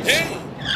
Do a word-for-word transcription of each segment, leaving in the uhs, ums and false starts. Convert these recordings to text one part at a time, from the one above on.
Hey!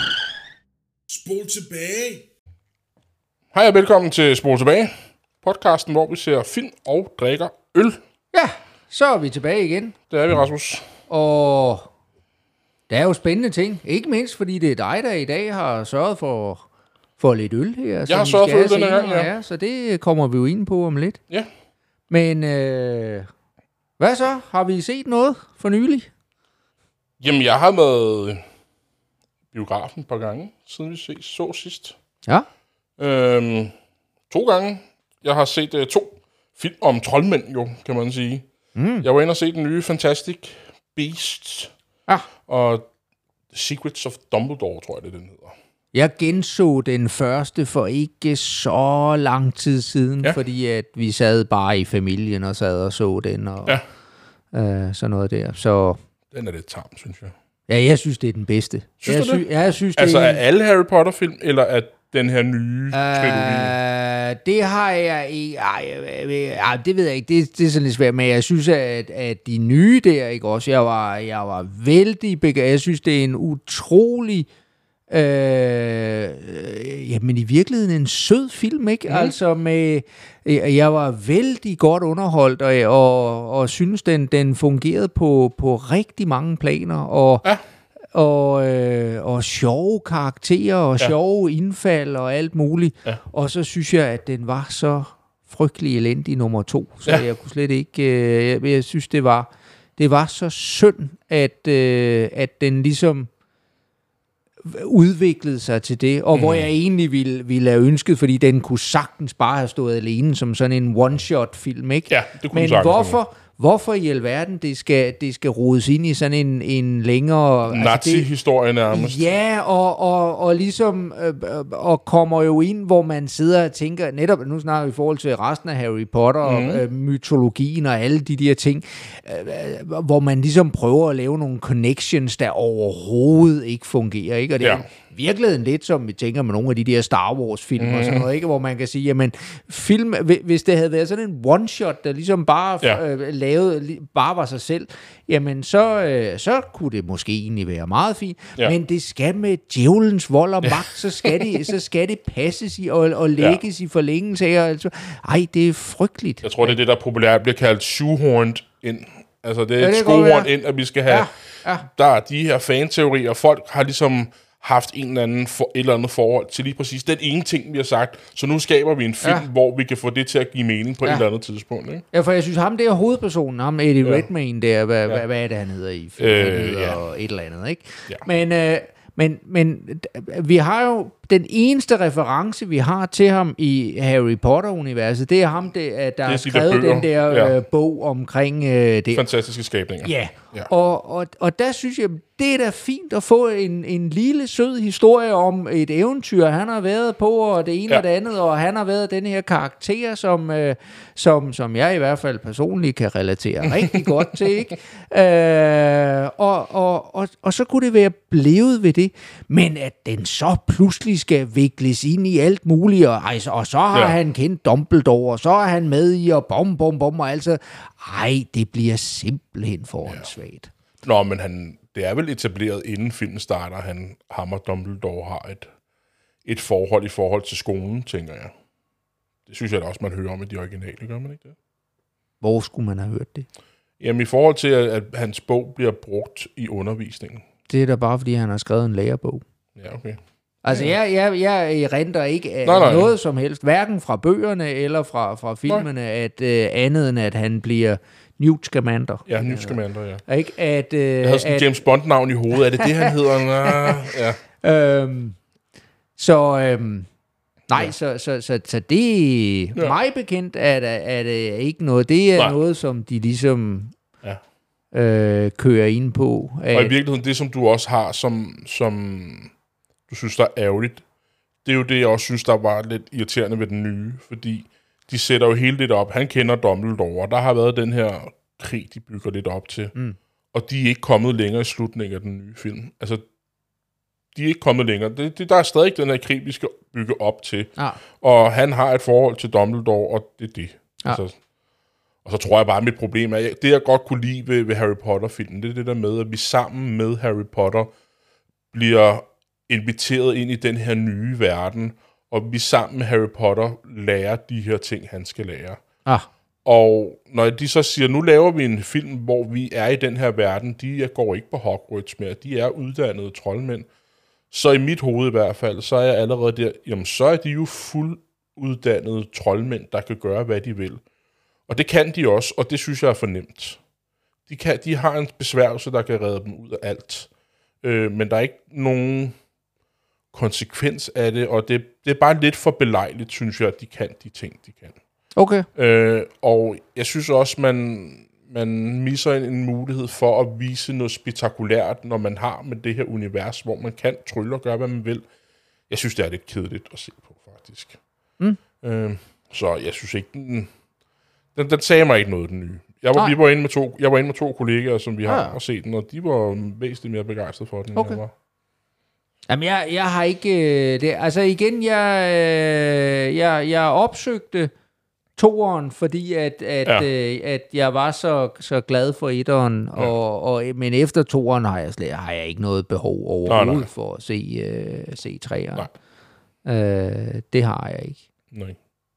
Spol tilbage! Hej og velkommen til Spol tilbage, podcasten, hvor vi ser film og drikker øl. Ja, så er vi tilbage igen. Det er vi, Rasmus. Og der er jo spændende ting. Ikke mindst, fordi det er dig, der i dag har sørget for, for lidt øl her. Jeg har sørget for øl denne gang, ja. ja. Så det kommer vi jo ind på om lidt. Ja. Men øh, hvad så? Har vi set noget for nylig? Jamen, jeg har været biografen et par gange, siden vi ses, så sidst. Ja. Øhm, to gange. Jeg har set uh, to film om troldmænd, jo, kan man sige. Mm. Jeg var inde og se den nye Fantastic Beasts. Ja. Og Secrets of Dumbledore, tror jeg, det den hedder. Jeg genså den første for ikke så lang tid siden, Ja. fordi at vi sad bare i familien og sad og så den og Ja. øh, sådan noget der. Så Den er lidt tam, synes jeg. ja, jeg synes, det er den bedste. Synes jeg du det? Sy- ja, jeg synes, Altså, det er alle Harry Potter-film, eller er den her nye trilogi? Uh, det har jeg ikke. Ej, ej, det ved jeg ikke. Det, det er sådan lidt svært, men jeg synes, at, at de nye der, ikke også, jeg var, jeg var vældig begejstret. Jeg synes, det er en utrolig, øh, jamen i virkeligheden en sød film, ikke? Mm. Altså med, jeg var vældig godt underholdt, og, og, og synes, den, den fungerede på, på rigtig mange planer, og Ja. Og, øh, og sjove karakterer og Ja. sjove indfald og alt muligt. Ja. Og så synes jeg, at den var så frygtelig elendig nummer to, så Ja. jeg kunne slet ikke... Øh, jeg, jeg synes, det var, det var så synd, at, øh, at den ligesom udviklede sig til det, og mm. hvor jeg egentlig ville, ville have ønsket, fordi den kunne sagtens bare have stået alene som sådan en one-shot-film, ikke? Ja, det kunne Men sagtens. hvorfor... Hvorfor i alverden det skal, det skal rodes ind i sådan en, en længere... Nazi-historie altså nærmest. Ja, og, og, og ligesom øh, og kommer jo ind, hvor man sidder og tænker, netop nu snakker vi i forhold til resten af Harry Potter, mm. og øh, mytologien og alle de der ting, øh, hvor man ligesom prøver at lave nogle connections, der overhovedet ikke fungerer, ikke? Og det er Ja. virkeligheden lidt, som vi tænker med nogle af de der Star Wars-film mm. og sådan noget, ikke? Hvor man kan sige, jamen, film, hvis det havde været sådan en one-shot, der ligesom bare Ja. øh, lavede, bare var sig selv, jamen, så, øh, så kunne det måske egentlig være meget fint, Ja. men det skal med djævelens vold og magt, så skal det, så skal det passes i og, og lægges ja. i forlængelse af, altså, ej, det er frygteligt. Jeg tror, det er det, der populært bliver kaldt shoehorned ind. Altså, det er Ja, et det kan godt skohorn være. ind, at vi skal have... Ja, ja. Der er de her fanteorier. Folk har ligesom haft en eller anden for, et eller andet forhold til lige præcis den ene ting, vi har sagt. Så nu skaber vi en film, Ja. hvor vi kan få det til at give mening på Ja. et eller andet tidspunkt. Ikke? Ja, for jeg synes, ham der hovedpersonen, ham Eddie Ja. Redmayne der, hvad, Ja. hvad, hvad er det, han hedder i? Øh, han hedder ja. et eller andet, ikke? Ja. Men, øh, men, men d- vi har jo den eneste reference, vi har til ham i Harry Potter-universet, det er ham, der, der har de der skrevet bøger. den der Ja. øh, bog omkring øh, det. Fantastiske skabninger. Ja, Ja. og, og, og der synes jeg, det er da fint at få en, en lille sød historie om et eventyr, han har været på, og det ene Ja. og det andet, og han har været den her karakter, som, øh, som, som jeg i hvert fald personligt kan relatere rigtig godt til, ikke? Øh, og, og, og, og så kunne det være blevet ved det, men at den så pludselig skal vikles ind i alt muligt, og, ej, så- og så har Ja. ja. han kendt Dumbledore, og så er han med i, og bom, bom, bom, og altså, ej, det bliver simpelthen for åndssvagt. Nå, men han, det er vel etableret, inden filmen starter, han, ham og Dumbledore har et, et forhold i forhold til skolen, tænker jeg. Det synes jeg da også, man hører om i de originale, gør man ikke det? Hvor skulle man have hørt det? Jamen, i forhold til, at, at hans bog bliver brugt i undervisningen. Det er da bare, fordi han har skrevet en lærebog. Ja, okay. Altså, jeg, jeg, jeg erindrer ikke af Nej, nej. noget som helst, hverken fra bøgerne eller fra, fra filmene, at uh, andet end, at han bliver Newt Scamander. Ja, Newt Scamander, ja. Ikke? At, uh, Jeg havde sådan at, et James Bond-navn i hovedet. Er det det, han hedder? Nå, ja. øhm, så... Øhm, Nej, Ja. ja. så, så, så, så det Ja. ja. mig bekendt er det, er det ikke noget. Det er Nej. noget, som de ligesom Ja. øh, kører ind på. At, Og i virkeligheden, det som du også har, som, som du synes, der er ærgerligt, det er jo det, jeg også synes, der var lidt irriterende ved den nye, fordi de sætter jo hele det op. Han kender Dumbledore, og der har været den her krig, de bygger lidt op til. Mm. Og de er ikke kommet længere i slutningen af den nye film. Altså, de er ikke kommet længere. Det, det, der er stadig den her krig, vi skal bygge op til. Ja. Og han har et forhold til Dumbledore, og det er det. Ja. Altså, og så tror jeg bare, at mit problem er, det jeg godt kunne lide ved, ved Harry Potter-filmen, det er det der med, at vi sammen med Harry Potter bliver inviteret ind i den her nye verden, og vi sammen med Harry Potter lærer de her ting, han skal lære. Ah. Og når de så siger, nu laver vi en film, hvor vi er i den her verden, de går ikke på Hogwarts mere, de er uddannede troldmænd. Så i mit hoved i hvert fald, så er jeg allerede der, jamen så er de jo fulduddannede troldmænd, der kan gøre, hvad de vil. Og det kan de også, og det synes jeg er fornemt. De, kan, de har en besværgelse, der kan redde dem ud af alt. Øh, men der er ikke nogen konsekvens af det, og det, det er bare lidt for belejligt, synes jeg, at de kan de ting, de kan. Okay. Øh, og jeg synes også, man, man misser en, en mulighed for at vise noget spektakulært, når man har med det her univers, hvor man kan trylle og gøre, hvad man vil. Jeg synes, det er lidt kedeligt at se på, faktisk. Mm. Øh, så jeg synes ikke, den, den, den sagde mig ikke noget, den nye. Jeg var, vi var inde med to, jeg var inde med to kollegaer, som vi har ja. og set den, og de var væsentligt mere begejstrede for den, okay. end jeg var. Jamen, jeg, jeg har ikke... Øh, det, altså igen, jeg, øh, jeg, jeg opsøgte toeren, fordi at, at, ja. øh, at jeg var så, så glad for etteren, ja. og, og, men efter toeren har jeg, slet, har jeg ikke noget behov overhovedet nej, nej. for at se, øh, se treeren. Øh, det har jeg ikke. Nej.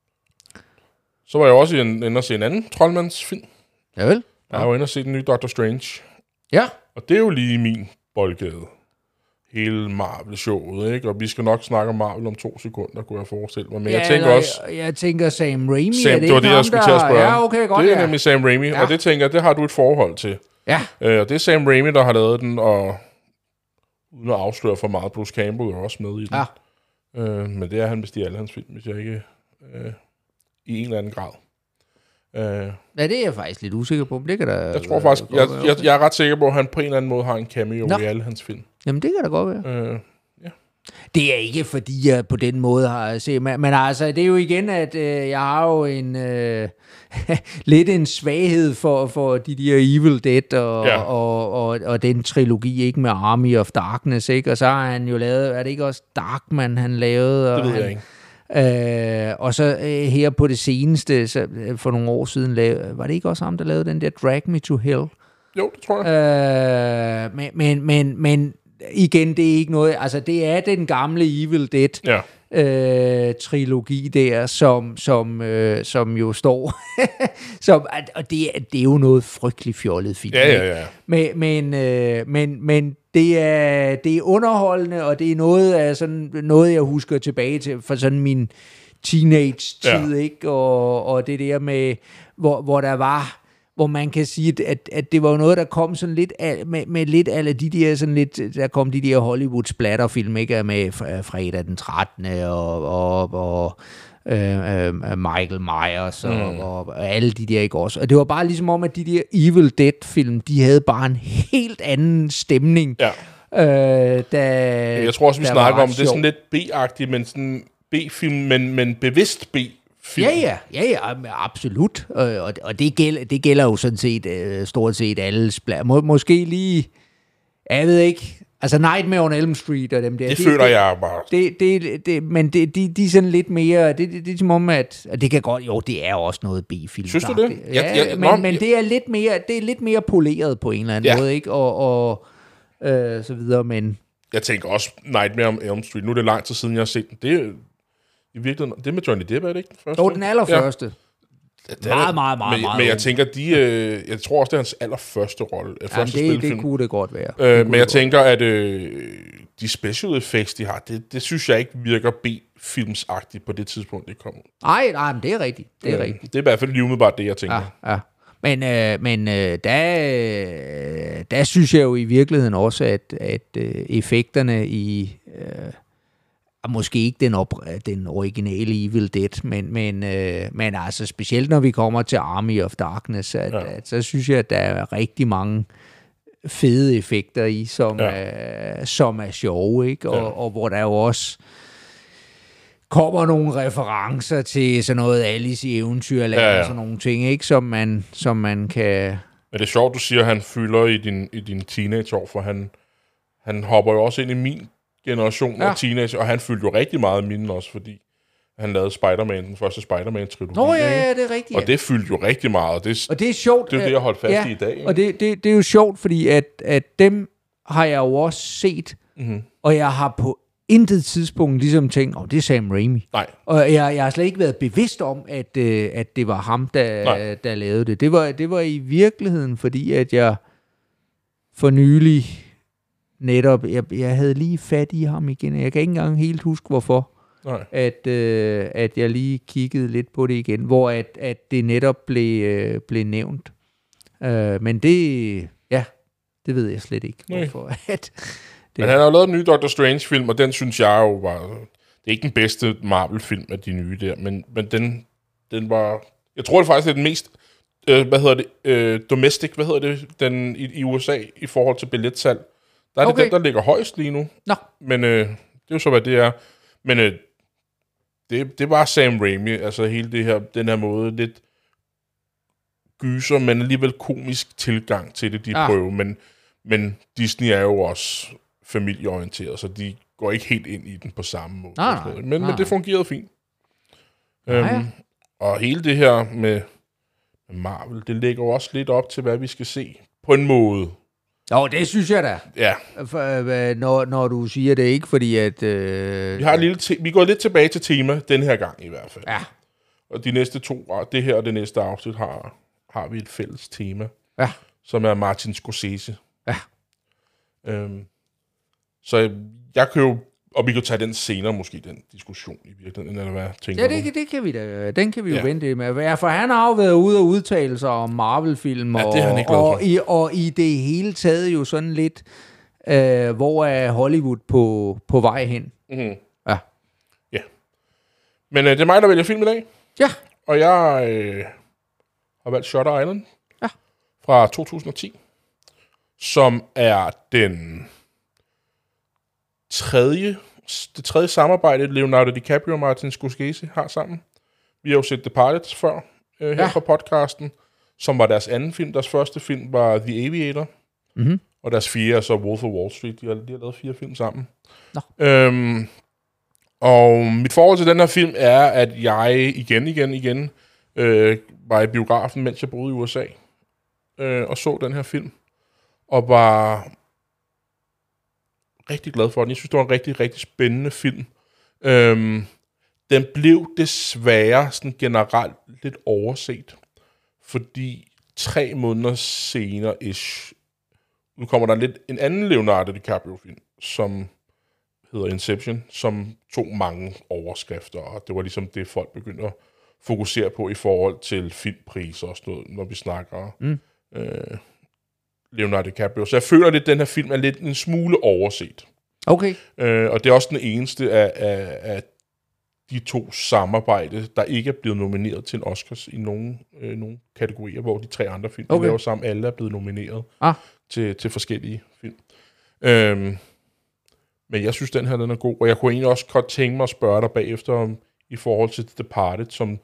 Så var jeg også inde og se en anden troldmandsfilm. Ja vel? Jeg har jo inde og se den nye Doctor Strange. Ja. Og det er jo lige min boldgade. Hele Marvel-showet, ikke? Og vi skal nok snakke om Marvel om to sekunder, kunne jeg forestille mig. Men ja, jeg tænker eller, også... Jeg, jeg tænker Sam Raimi, Sam, er det, det var det, jeg skulle til at spørge. Ja, okay, godt, det er ja. nemlig Sam Raimi, ja. Og det tænker jeg, det har du et forhold til. Ja. Øh, og det er Sam Raimi, der har lavet den, og uden at afsløre for meget, Bruce Campbell er også med i den. Ja. Øh, men det er han vist i alle hans film, hvis jeg ikke... Øh, i en eller anden grad. Øh, ja, det er jeg faktisk lidt usikker på. Det kan der, jeg tror faktisk, jeg, jeg, jeg er ret sikker på, at han på en eller anden måde har en cameo Nå. i alle hans film. Jamen, det kan da godt være. Øh, ja. Det er ikke, fordi jeg på den måde har set, men, men altså, det er jo igen, at øh, jeg har jo en øh, lidt en svaghed for, for de der Evil Dead og, ja. og, og, og den trilogi, ikke, med Army of Darkness, ikke? Og så har han jo lavet, er det ikke også Darkman, han lavede? Det ved han, jeg ikke. Øh, og så øh, her på det seneste, så, øh, for nogle år siden, lavede, var det ikke også ham, der lavede den der Drag Me to Hell? Jo, det tror jeg. Øh, men, men, men, men igen, det er ikke noget, altså det er den gamle Evil Dead ja. øh, trilogi der, som, som, øh, som jo står, som, og det, det er jo noget frygteligt fjollet film. Ja, ja, ja. Men, men, øh, men, men det er, det er underholdende, og det er noget af sådan noget, jeg husker tilbage til for sådan min teenage-tid, ja. ikke? Og, og det der med, hvor, hvor der var, hvor man kan sige, at, at det var noget, der kom sådan lidt af, med, med lidt alle de der sådan lidt, der kom de der Hollywood splatterfilm, ikke? Med fredag den trettende og, og, og øh, øh, Michael Myers og, mm. og, og alle de der, ikke også? Og det var bare ligesom om, at de der Evil Dead-film, de havde bare en helt anden stemning. Ja. Øh, da, jeg tror også, vi snakker om, det er sådan lidt B-agtigt, men sådan B-film, men, men bevidst B. Film. Ja, ja, ja, ja, absolut. Og, og det, gælder, det gælder jo sådan set uh, stort set alle spla- Må, måske lige, jeg ved ikke, altså Nightmare on Elm Street og dem der. Det, det føler det, jeg bare. Det, det, det, men det, de, de er sådan lidt mere, det, det, det er som om, at, at det kan godt, jo, det er også noget B-film. Synes du det? Ja, jeg, jeg, men, nå, men jeg, det er lidt mere, det er lidt mere poleret på en eller anden ja. måde, ikke? Og, og øh, så videre, men... Jeg tænker også Nightmare on Elm Street, nu er det lang tid siden, jeg har set den. Det er i virkeligheden, det med Johnny Depp, er det ikke den første? Jo, den allerførste. Ja. Det meget, meget, meget, men, meget. Men jeg tænker, de, øh, jeg tror også, det er hans allerførste rolle. Ja, første det, spilfilm. det kunne det godt være. Øh, det men jeg tænker, at øh, de special effects, de har, det, det synes jeg ikke virker B-filmsagtigt på det tidspunkt, det kom ud. Nej, nej, men det er rigtigt. Det er, øh, rigtigt. Det er i hvert fald lige umiddelbart det, jeg tænker. Ja, ja. Men, øh, men øh, der, der synes jeg jo i virkeligheden også, at, at øh, effekterne i... Øh, måske ikke den, op, den originale Evil Dead, men, men, øh, men altså specielt når vi kommer til Army of Darkness, at, ja. at, så synes jeg, at der er rigtig mange fede effekter i, som, ja. er, som er sjove, ikke? Og, ja. og hvor der jo også kommer nogle referencer til sådan noget Alice i Eventyrland ja, ja. og sådan nogle ting, ikke? Som man, som man kan... Men det er sjovt, du siger, at han fylder i din, i din teenageår, for han, han hopper jo også ind i min generation ja. af teenager, og han fyldte jo rigtig meget af mine også, fordi han lavede Spider-Man, den første Spider-Man-trilogi. Nå ja, ja, det er rigtigt. Og det fyldte jo rigtig meget, og det, og det er sjovt. Det er jo det, jeg holdt fast ja, i i dag. Ikke? Og det, det, det er jo sjovt, fordi at, at dem har jeg jo også set Mm-hmm. Og jeg har på intet tidspunkt ligesom tænkt, åh, oh, det er Sam Raimi. Nej. Og jeg, jeg har slet ikke været bevidst om, at, øh, at det var ham, der, der lavede det. Det var, det var i virkeligheden, fordi at jeg for nylig netop, jeg, jeg havde lige fat i ham igen. Jeg kan ikke engang helt huske, hvorfor. Nej. At, øh, at jeg lige kiggede lidt på det igen, hvor at, at det netop blev, øh, blev nævnt. Øh, men det, ja, det ved jeg slet ikke, hvorfor. At det men han har jo lavet en ny Doctor Strange-film, og den synes jeg jo var... Det er ikke den bedste Marvel-film af de nye der, men, men den, den var... Jeg tror det faktisk er den mest... Øh, hvad hedder det? Øh, domestic, hvad hedder det? Den i, i U S A i forhold til billetsalg. Der er okay. det den, der ligger højst lige nu. Nå. Men øh, det er jo så, hvad det er. Men øh, det, det var Sam Raimi, altså hele det her, den her måde, lidt gyser, men alligevel komisk tilgang til det, de ah. prøver. Men, men Disney er jo også familieorienteret, så de går ikke helt ind i den på samme måde. Ah, men, ah. men det fungerede fint. Ah, øhm, ja. Og hele det her med, med Marvel, det lægger jo også lidt op til, hvad vi skal se på en måde. Jo, det synes jeg da. Ja. For, når, når du siger det ikke, fordi at... Øh, vi, har lille te- vi går lidt tilbage til tema, den her gang i hvert fald. Ja. Og de næste to, det her og det næste afsnit, har, har vi et fælles tema, ja. som er Martin Scorsese. Ja. Øhm, så jeg kan jo, og vi kan tage den senere måske, den diskussion i virkeligheden, eller hvad tænker ja, du? Ja, det, det kan vi da, den kan vi jo ja. vente med. Ja, for han har jo været ude og udtale sig om Marvel-film, ja, og, det er han ikke glad for. og, i, og i det hele taget jo sådan lidt, øh, hvor er Hollywood på, på vej hen. Mm-hmm. Ja. Ja. Men øh, det er mig, der vælger film i dag. Ja. Og jeg øh, har valgt Shutter Island ja. fra to tusind og ti, som er den tredje, det tredje samarbejde, Leonardo DiCaprio og Martin Scorsese har sammen. Vi har jo set Departed før øh, her ja. på podcasten, som var deres anden film. Deres første film var The Aviator, mm-hmm. og deres fjerde er så Wolf of Wall Street. De har, de har lavet fire film sammen. Nå. Øhm, og mit forhold til den her film er, at jeg igen, igen, igen øh, var i biografen, mens jeg boede i U S A, øh, og så den her film, og var rigtig glad for den. Jeg synes, det var en rigtig, rigtig spændende film. Øhm, den blev desværre sådan generelt lidt overset, fordi tre måneder senere ish, nu kommer der lidt en anden Leonardo DiCaprio-film, som hedder Inception, som tog mange overskrifter, og det var ligesom det, folk begyndte at fokusere på i forhold til filmpriser og sådan noget, når vi snakker mm. øh, Leonardo DiCaprio. Så jeg føler lidt, at den her film er lidt en smule overset. Okay. Øh, og det er også den eneste af, af, af de to samarbejde, der ikke er blevet nomineret til en Oscars i nogle, øh, nogle kategorier, hvor de tre andre film, okay. de laver sammen, alle er blevet nomineret ah. til, til forskellige film. Øhm, men jeg synes, den her den er god, og jeg kunne egentlig også godt tænke mig at spørge dig bagefter om, i forhold til The Departed, som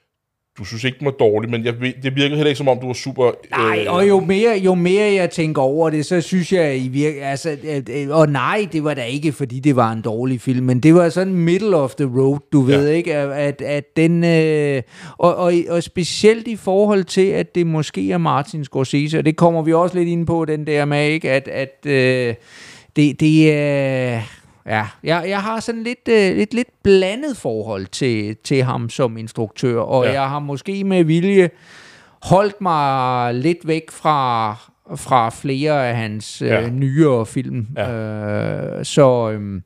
du synes ikke, den var dårlig, men jeg, det virkede heller ikke, som om du var super... Nej, øh, og jo mere, jo mere jeg tænker over det, så synes jeg, i virke, altså, øh, og nej, det var da ikke, fordi det var en dårlig film, men det var sådan middle of the road, du ved ja. ikke, at, at den... Øh, og, og, og specielt i forhold til, at det måske er Martin Scorsese, og det kommer vi også lidt ind på, den der med, ikke, at, at øh, det... det øh, Ja, jeg, jeg har sådan lidt, øh, lidt, lidt blandet forhold til, til ham som instruktør, og ja. jeg har måske med vilje holdt mig lidt væk fra, fra flere af hans ja. øh, nyere film. Ja. Øh, så, øh,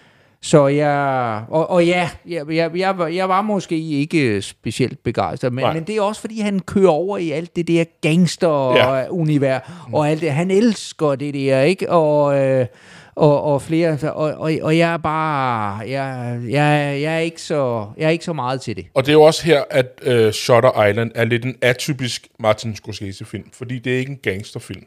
så jeg, og, og ja, jeg, jeg, jeg, jeg var måske ikke specielt begejstret, men, men det er også fordi, han kører over i alt det der gangster-univers, ja. og alt det, han elsker det der, ikke? Og... Øh, Og, og flere og, og, og jeg er bare jeg, jeg, jeg er ikke så jeg er ikke så meget til det. Og det er jo også her at uh, Shutter Island er lidt en atypisk Martin Scorsese film, fordi det er ikke en gangsterfilm.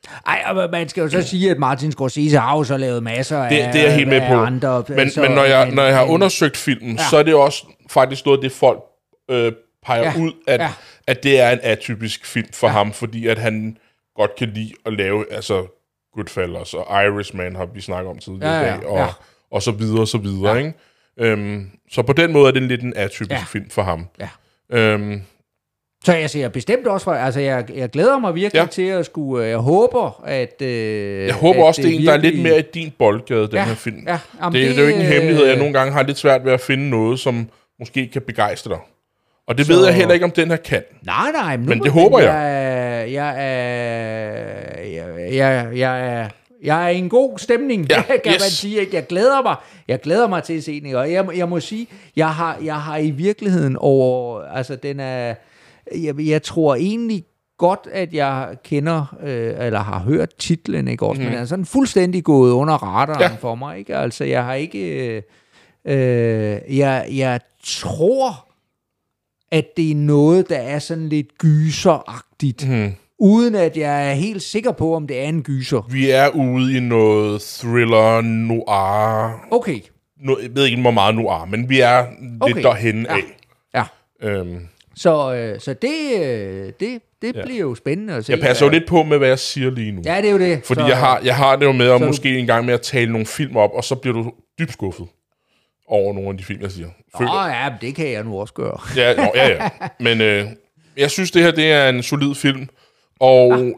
Ej, man skal jo så sige, at Martin Scorsese har jo så lavet masser af det, det er jeg helt med på. Andre, men, så, men når jeg men, når jeg har men, undersøgt filmen, ja. så er det også faktisk noget af det folk øh, peger ja. ud, at ja. at det er en atypisk film for ja. ham, fordi at han godt kan lide at lave altså Goodfellas og Irishman har vi snakket om tidligere ja, ja, i dag, og, ja. og så videre og så videre, ja. ikke? Øhm, så på den måde er det lidt en atypisk ja. film for ham. Ja. Øhm, Så jeg siger bestemt også for, altså jeg, jeg glæder mig virkelig Ja. til at skulle, jeg håber, at øh, Jeg håber at også, det er en, der er lidt mere i din boldgade, den Ja, her film. ja, jamen det, det- det er jo ikke en hemmelighed, at jeg nogle gange har lidt svært ved at finde noget, som måske kan begejstre dig. Og det Så- ved jeg heller ikke, om den her kan. Nej, nej, men, nu, Men det håber jeg. Jeg, jeg, er, jeg, jeg, jeg, er, jeg er i en god stemning, Ja, kan yes. man sige. Ikke? Jeg glæder mig. Jeg glæder mig til at se den. Og jeg, jeg må sige, jeg har, jeg har i virkeligheden over, altså den er, jeg, jeg tror egentlig godt, at jeg kender, øh, eller har hørt titlen, ikke også? Mm. Men den er sådan fuldstændig gået under radaren Ja. for mig, ikke? Altså, jeg har ikke, øh, øh, jeg, jeg tror, at det er noget, der er sådan lidt gyseragtigt, Hmm. uden at jeg er helt sikker på, om det er en gyser. Vi er ude i noget thriller, noir. Okay, No, jeg ved ikke, hvor meget noir, men vi er Okay. lidt derhen Ja. af. ja. Øhm, Så, øh, så det, øh, det, det Ja. bliver jo spændende at se. jeg passer jo lidt på med, hvad jeg siger lige nu. Ja, det er jo det. Fordi så, jeg har, jeg har det jo med at så du- måske en gang med at tale nogle film op, og så bliver du dybt skuffet over nogle af de film, jeg siger. Føler. Åh ja, men det kan jeg nu også gøre. Ja, nå, ja, ja. Men øh, jeg synes, det her det er en solid film. Og ah.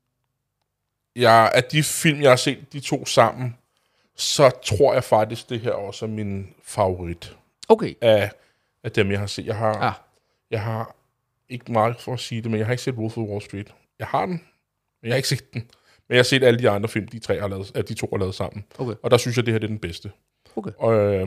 jeg, af de film, jeg har set, de to sammen, så tror jeg faktisk, det her også er min favorit Okay. af, af dem, jeg har set. Jeg har, Ja. jeg har ikke meget for at sige det, men jeg har ikke set Wolf of Wall Street. Jeg har den, men jeg har ikke set den. Men jeg har set alle de andre film, de, tre har lavet, at de to har lavet sammen. Okay. Og der synes jeg, det her det er den bedste. Okay. Og, øh,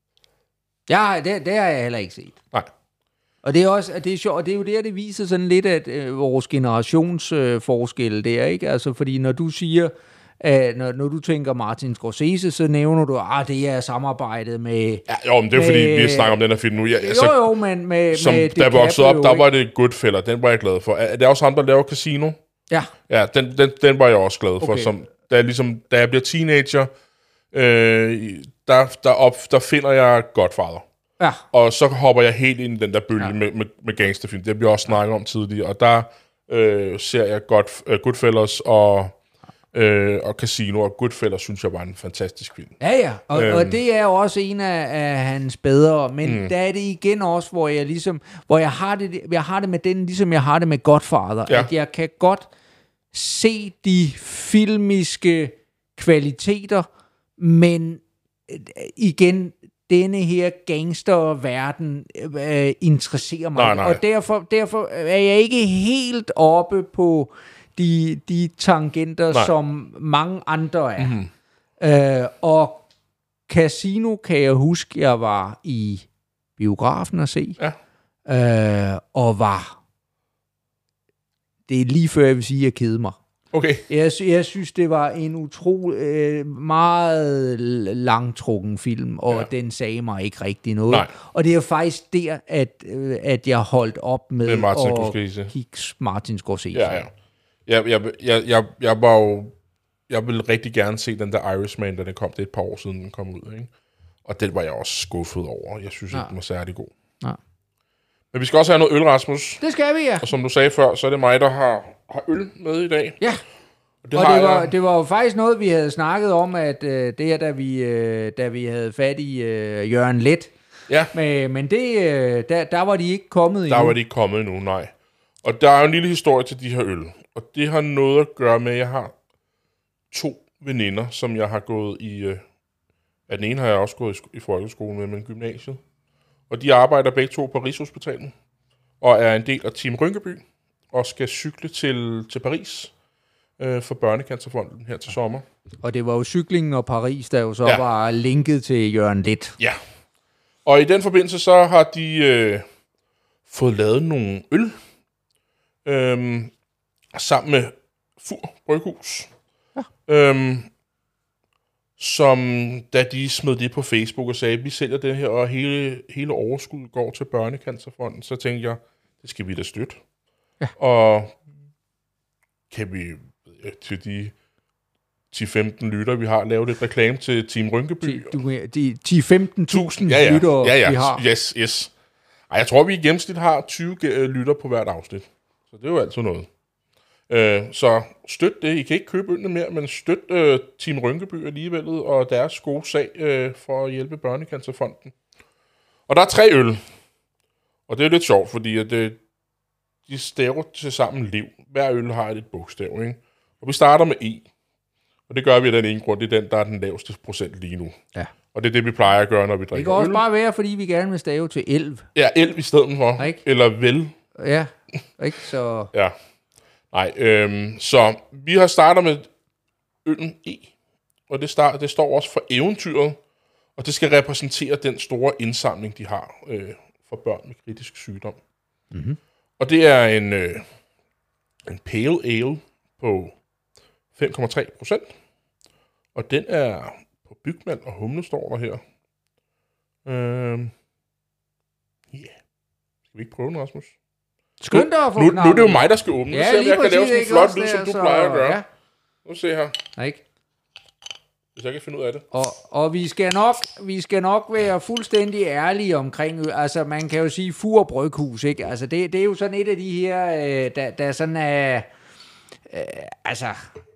Ja, det, det har jeg heller ikke set. nej. Og det er også, det er sjovt, og det er jo der, det viser sådan lidt, at øh, vores generationsforskelle øh, forskelle der, ikke? Altså, fordi når du siger, øh, når, når du tænker Martin Scorsese, så nævner du, ah, det er samarbejdet med... Ja, jo, men det er Med- fordi, vi snakker om den her film nu. Jeg, Altså, jo, jo, men med, som med da jeg voksede op, DiCaprio, der var det Goodfellas. Den var jeg glad for. Er det også ham, der laver Casino? Ja, Ja, den, den, den var jeg også glad for. Okay. Som, da, jeg ligesom, da jeg bliver teenager, øh, der, der, op, der finder jeg Godfather. ja, Og så hopper jeg helt ind i den der bølge Ja. ja. med, med, med gangsterfilm. Det har vi også snakket om tidligere. Og der øh, ser jeg God, uh, Goodfellas og, øh, og Casino. Og Goodfellas synes jeg var en fantastisk film. ja, ja. Og, Øhm. og det er jo også en af, af hans bedre, men mm. der er det igen også, hvor jeg ligesom, hvor jeg har det, jeg har det med den, ligesom jeg har det med Godfather, Ja. at jeg kan godt se de filmiske kvaliteter, men øh, igen, denne her gangsterverden øh, interesserer mig. Nej, ikke. nej. Og derfor, derfor er jeg ikke helt oppe på de, de tangenter, Nej. som mange andre er. Mm-hmm. Øh, og Casino kan jeg huske, jeg var i biografen at se, Ja. øh, og var... Det er lige før, jeg vil sige, at jeg kedede mig. Okay. Jeg, sy- jeg synes, det var en utrolig, øh, meget langtrukken film, og Ja. ja. den sagde mig ikke rigtig noget. Nej. Og det er jo faktisk der, at, øh, at jeg holdt op med, Med Martin at Scorsese. kigge Martin Scorsese. Ja, ja. Jeg, jeg, jeg, jeg, jeg var jo... Jeg ville rigtig gerne se den der Irishman, da den kom. Det er et par år siden, den kom ud, ikke? Og den var jeg også skuffet over. Jeg synes Ja. ikke, den var særlig god. Ja. Men vi skal også have noget øl, Rasmus. Det skal vi, ja. Og som du sagde før, så er det mig, der har, har øl med i dag. Ja. Og det Og har det var, jeg... det var jo faktisk noget, vi havde snakket om, at øh, det her, da vi, øh, da vi havde fat i øh, Jørgen Let. Ja, Men, men det, øh, der, der var de ikke kommet der endnu. var de ikke kommet endnu, nej. Og der er jo en lille historie til de her øl. Og det har noget at gøre med, at jeg har to veninder, som jeg har gået i... Øh, ja, den ene har jeg også gået i, sk- i folkeskolen med, men gymnasiet. Og de arbejder begge to på Rigshospitalet. Og er en del af Team Rynkeby. Og skal cykle til, til Paris øh, for Børnecancerfonden her til sommer. Og det var jo cyklingen og Paris, der jo så Ja. ja. var linket til Jørgen Let. Ja. Og i den forbindelse, så har de øh, fået lavet nogle øl. Øhm, sammen med Fur Bryghus. Ja. Øhm, som, da de smed det på Facebook og sagde, vi sælger det her, og hele, hele overskuddet går til Børnecancerfonden, så tænkte jeg, det skal vi da støtte. Ja. Og kan vi øh, til de ti femten lytter, vi har lavet et reklame til Team Rynkeby. De, du, de ti til femten tusind Ja, ja. lyttere, ja, ja. vi har. Yes, yes. Ej, jeg tror, vi i gennemsnit har tyve ge- øh, lytter på hvert afsnit. Så det er jo altid noget. Øh, så støt det. I kan ikke købe ølene mere, men støt øh, Team Rynkeby alligevel og deres gode sag øh, for at hjælpe Børnecancerfonden. Og der er tre øl. Og det er lidt sjovt, fordi at, øh, de staver til sammen liv. Hver øl har et bogstav, ikke? Og vi starter med E. Og det gør vi af den ene grund. Det er den, der er den laveste procent lige nu. Ja. Og det er det, vi plejer at gøre, når vi drikker øl. Det kan også øl. bare være, fordi vi gerne vil stave til elv. Ja, elv i stedet for. Ikke? Eller vel. Ja, ikke så... Ja. Nej, øhm, så vi har startet med øllen E. Og det, start, det står også for eventyret. Og det skal repræsentere den store indsamling, de har øh, for børn med kritisk sygdom. Mm-hmm. Og det er en, øh, en pale ale på fem komma tre procent. Og den er på bygmand og humle, står der her. Øhm. Ja. Yeah. Skal vi ikke prøve den, Rasmus? Skynd dig at få nu, nu er det jo mig, der skal åbne. Ja, se, om jeg kan lave sådan en flot lyd, der, som du så, plejer at gøre. Ja. Nu se her. Ja, ikke? Hvis jeg kan finde ud af det. Og, og vi, skal nok, vi skal nok være fuldstændig ærlige omkring, altså man kan jo sige Fur Bryghus, ikke? Altså det, det er jo sådan et af de her, øh, der, der sådan er, øh, altså,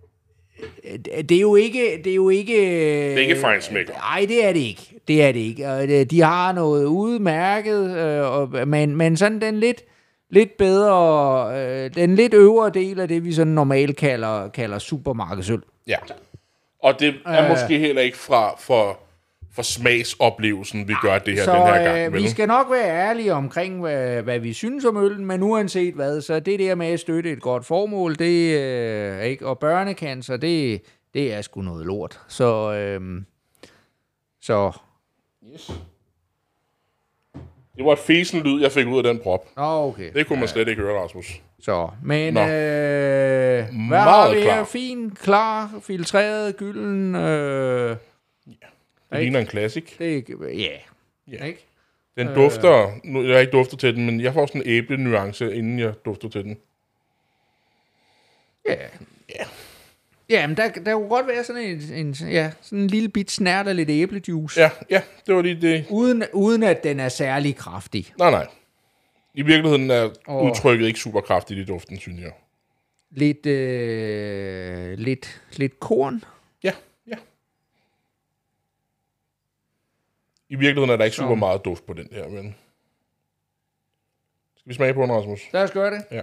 det er jo ikke, det er jo ikke... Det er ikke fejnsmækker. Nej, det er det ikke. Det er det ikke. Og det, de har noget udmærket, øh, og, men, men sådan den lidt, lidt bedre, øh, den lidt øvre del af det, vi sådan normalt kalder, kalder supermarkedsøl. Ja. Og det er Øh. måske heller ikke fra for, for smagsoplevelsen, vi gør det her Så den her gang. øh, vel? vi skal nok være ærlige omkring, hvad, hvad vi synes om øllen, men uanset hvad, så det der med at støtte et godt formål, det øh, ikke, og børnecancer, det, det er sgu noget lort. Så, øh, så Yes. Det var et fesen lyd, jeg fik ud af den prop. okay. Det kunne man slet ikke høre, Rasmus. Så, men Nå. øh, hvad Meget har vi her? klar. Fin, klar, filtreret, gylden. Øh, Det ligner en classic. det, ja, Ja. ikke? Den dufter, nu jeg har ikke duftet til den, men jeg får sådan en æble-nuance, inden jeg dufter til den. Ja. Ja. Ja, men der, der kunne godt være sådan en, en, ja, sådan en lille bit snært af lidt æblejuice. Ja, ja, det var lige det. Uden, uden at den er særlig kraftig. Nej, nej. I virkeligheden er Åh. udtrykket ikke super kraftigt i duften, synes jeg. Lidt, øh, lidt, lidt korn. Ja, ja. I virkeligheden er der ikke Så. super meget duft på den her, men... Skal vi smage på den, Rasmus? Lad os gøre det. Ja.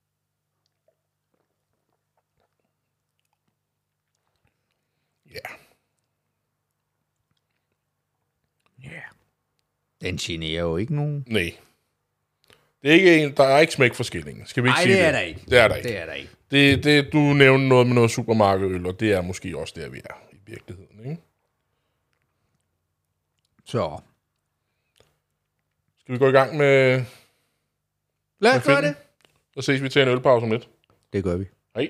Ja. Ja. Den generer jo ikke nogen. Nej. Det er ikke en, der er ikke smæk for skillingen. Skal vi ikke Nej, sige det det? er der ikke. Det er der ikke. Det er der ikke. Det, det, du nævnte noget med noget supermarkedøl, og det er måske også der, vi er i virkeligheden, ikke? Så. Skal vi gå i gang med... Lad med os gøre filmen? det. Så ses vi til en ølpause om lidt. Det gør vi. Hej.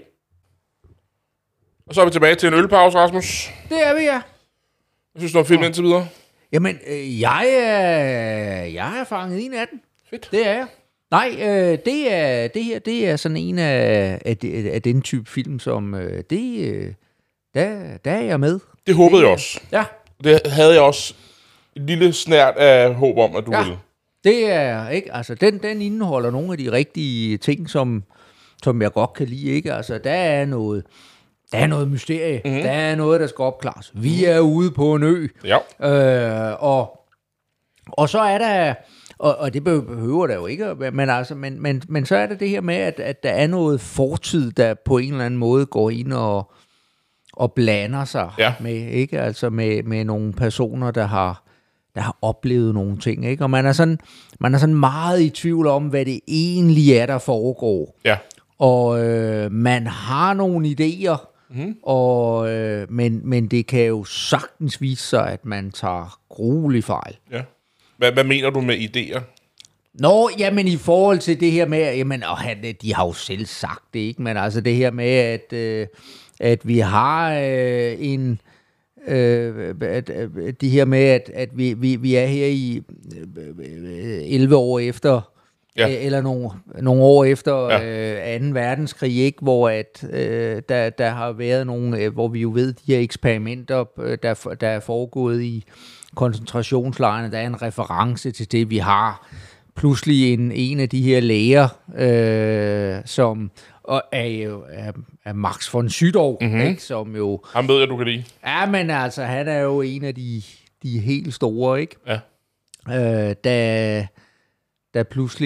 Og så er vi tilbage til en ølpause, Rasmus. Det er vi, ja. Jeg synes du om filmen indtil videre? Jamen, øh, jeg er, jeg er fanget i en af den. Fedt. Det er jeg. Nej, øh, det, er, det her, det er sådan en af, af, de- af den type film, som øh, det, øh, der, der er jeg med. Det håbede jeg også. Ja, Det havde jeg også en lille snært af håb om, at du Ja. ville. det er, ikke, altså, den, den indeholder nogle af de rigtige ting, som, som jeg godt kan lide, ikke? Altså, der er noget, der er noget mysterie, mm-hmm. der er noget, der skal opklares. Vi er ude på en ø, Ja. Øh, og, og så er der, og, og det behøver der jo ikke, at være, men, altså, men, men, men så er der det her med, at, at der er noget fortid, der på en eller anden måde går ind og, og blander sig Ja. med, ikke? Altså med, med nogle personer, der har, der har oplevet nogle ting, ikke? Og man er, sådan, man er sådan meget i tvivl om, hvad det egentlig er, der foregår. Ja. Og øh, man har nogle idéer, Mhm. mm. og, øh, men, men det kan jo sagtens vise sig, at man tager gruelig fejl. Ja. Hvad, hvad mener du med idéer? Nå, jamen i forhold til det her med, jamen, og han, de har jo selv sagt det, ikke? Men altså det her med, at, øh, at vi har øh, en... Øh, at, at, det her med, at, at vi, vi, vi er her i øh, elleve år efter, Ja. ja. eller nogle, nogle år efter Ja. øh, anden verdenskrig, ikke? Hvor at, øh, der, der har været nogle, øh, hvor vi jo ved, de her eksperimenter, øh, der, der er foregået i koncentrationslejrene, der er en reference til det, vi har pludselig en, en af de her læger, øh, som og er jo er, er Max von Sydow, mm-hmm. ikke? Som jo... Ham ved jeg, du kan lide. Ja, men altså, han er jo en af de, de helt store, ikke? Ja. Øh, da, da pludselig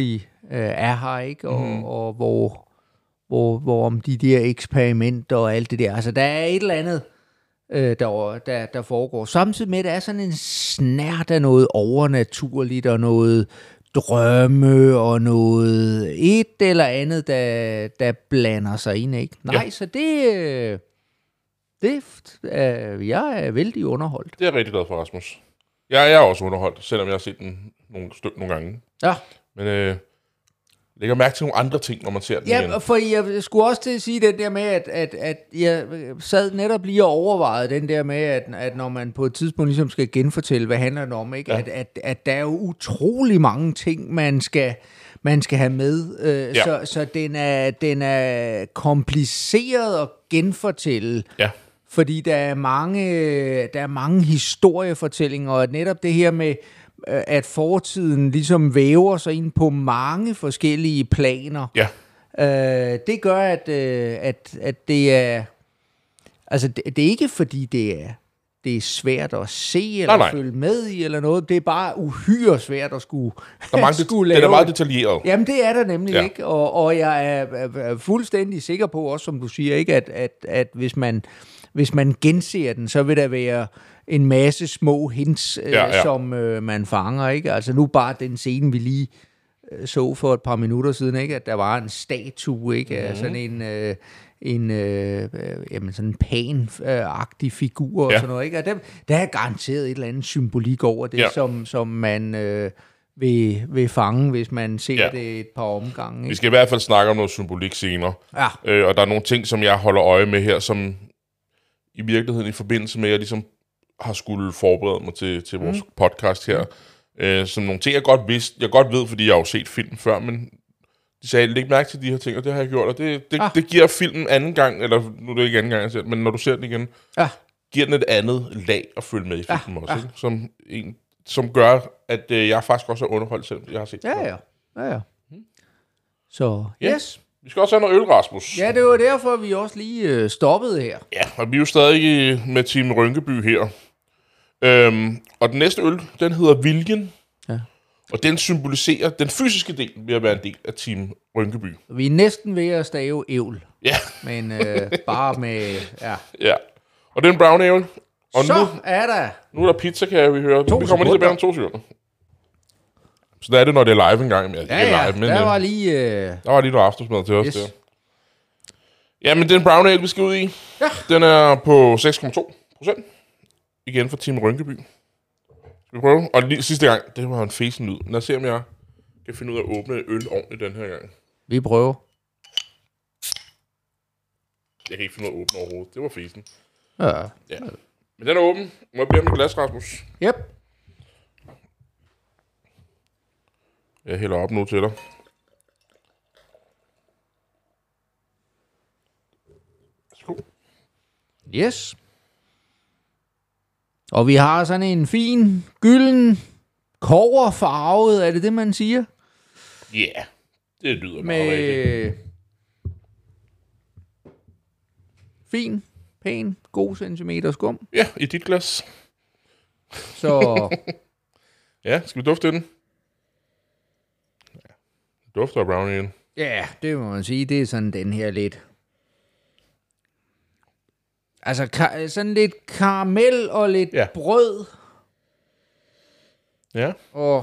øh, er her, ikke? Og, mm. og hvor, hvor, hvor om de der eksperimenter og alt det der. Altså, der er et eller andet, øh, der, der, der foregår. Samtidig med, at der er sådan en snert af noget overnaturligt og noget drømme og noget et eller andet, der, der blander sig ind, ikke? Nej, ja. Så det... Øh, det øh, jeg er vældig underholdt. Det er jeg rigtig glad for, Rasmus. Jeg, jeg er også underholdt, selvom jeg har set den nogle, styk, nogle gange. Ja. Men øh, lægger mærke til nogle andre ting, når man ser den ja, igen. Ja, for jeg skulle også til at sige den der med, at, at, at jeg sad netop lige og overvejede den der med, at, at når man på et tidspunkt ligesom skal genfortælle, hvad handler det om, ikke? Ja. At, at, at der er jo utrolig mange ting, man skal... man skal have med, øh, ja. så, så den, er, den er kompliceret at genfortælle, ja. Fordi der er mange, der er mange historiefortællinger, og netop det her med, at fortiden ligesom væver sig ind på mange forskellige planer, ja. øh, det gør, at, at, at det er, altså det, det er ikke fordi det er, det er svært at se eller nej, nej. følge med i eller noget. Det er bare uhyre svært at skulle, der er mange skulle det, det er meget detaljeret. Jamen det er der nemlig ja. ikke, og, og jeg er, er fuldstændig sikker på, også som du siger, ikke, at, at, at hvis man hvis man genser den, så vil der være en masse små hints, øh, ja, ja. som øh, man fanger, ikke? Altså nu bare den scene, vi lige øh, så for et par minutter siden, ikke? At der var en statue, ikke? Mm-hmm. Af sådan en... Øh, en øh, jamen sådan en pan-agtig figur og ja. sådan noget, ikke? Og der, der er garanteret et eller andet symbolik over det, ja. som, som man øh, vil, vil fange, hvis man ser ja. det et par omgange. Ikke? Vi skal i hvert fald snakke om noget symbolik senere. Ja. Øh, og der er nogle ting, som jeg holder øje med her, som i virkeligheden i forbindelse med, at jeg ligesom har skulle forberede mig til, til vores mm. podcast her, øh, som nogle ting, jeg godt vidste, jeg godt ved, fordi jeg har jo set film før, men de sagde, læg mærke til de her ting, og det har jeg gjort, og det, det, ah. det giver filmen anden gang, eller nu er det ikke anden gang, jeg ser, men når du ser den igen, ah. giver den et andet lag at følge med i filmen ah. også, ikke? Som, en, som gør, at øh, jeg faktisk også er underholdt, selvom jeg har set ja, ja. ja, ja. Hmm. Så, ja. yes. Vi skal også have noget øl, Rasmus. Ja, det var derfor, vi også lige øh, stoppede her. Ja, og vi er jo stadig med Team Rynkeby her. Øhm, og den næste øl, den hedder Viljen. Ja. Og den symboliserer den fysiske del ved at være en del af Team Rynkeby. Vi er næsten ved at stave ævl. Ja. Men øh, bare med... Ja. ja. Og det er en brown ale. Og så nu, er der... Nu er der pizza, kan vi høre. To vi kommer lige tilbage om to sekunder. Så der er det, når det er live engang. Ja, ja, live, men, der var lige... Øh... Der var lige noget aftensmad til os yes. der. Ja, men den brown ale, vi skal ud i, ja. den er på seks komma to procent. Igen for Team Rynkeby. Skal vi prøve? Og lige sidste gang, det var en fesen lyd. Lad os se, om jeg kan finde ud af at åbne øl ordentligt den her gang. Vi prøver. Jeg kan ikke finde ud af at åbne overhovedet. Det var fesen. Ja. ja. Men den er åben. Må jeg bede om et glas, Rasmus? Yep. Jeg hælder op nu til dig. Værsgo. Yes. Og vi har sådan en fin, gylden, kobberfarvet, er det det, man siger? Ja, yeah, det lyder med meget rigtigt. Fin, pæn, god centimeter skum. Ja, i dit glas. Så... ja, skal vi dufte den? Ja, dufter af brownie igen. Ja, det må man sige. Det er sådan den her lidt... Altså, ka- sådan lidt karamel og lidt ja. brød. Ja. Og...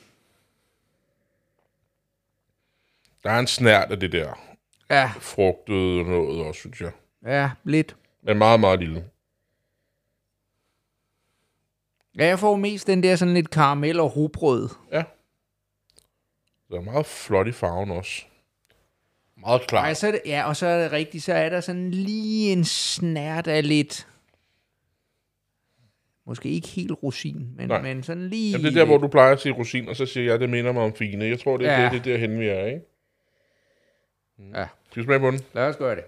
Der er en snært af det der ja. frugtede noget også, synes jeg. Ja, lidt. Men meget, meget lille. Ja, jeg får mest den der sådan lidt karamel og rugbrød. Ja. Det er meget flot i farven også. Meget klart. Ja, så er det, ja, og så er det rigtigt, så er der sådan lige en snært af lidt... Måske ikke helt rosin, men, men sådan lige... Jamen, det er der, hvor du plejer at sige rosin, og så siger jeg, det minder mig om fine. Jeg tror, det er ja. det, det derhen, vi er, ikke? Mm. Ja. Skal vi smage på den? Lad os gøre det.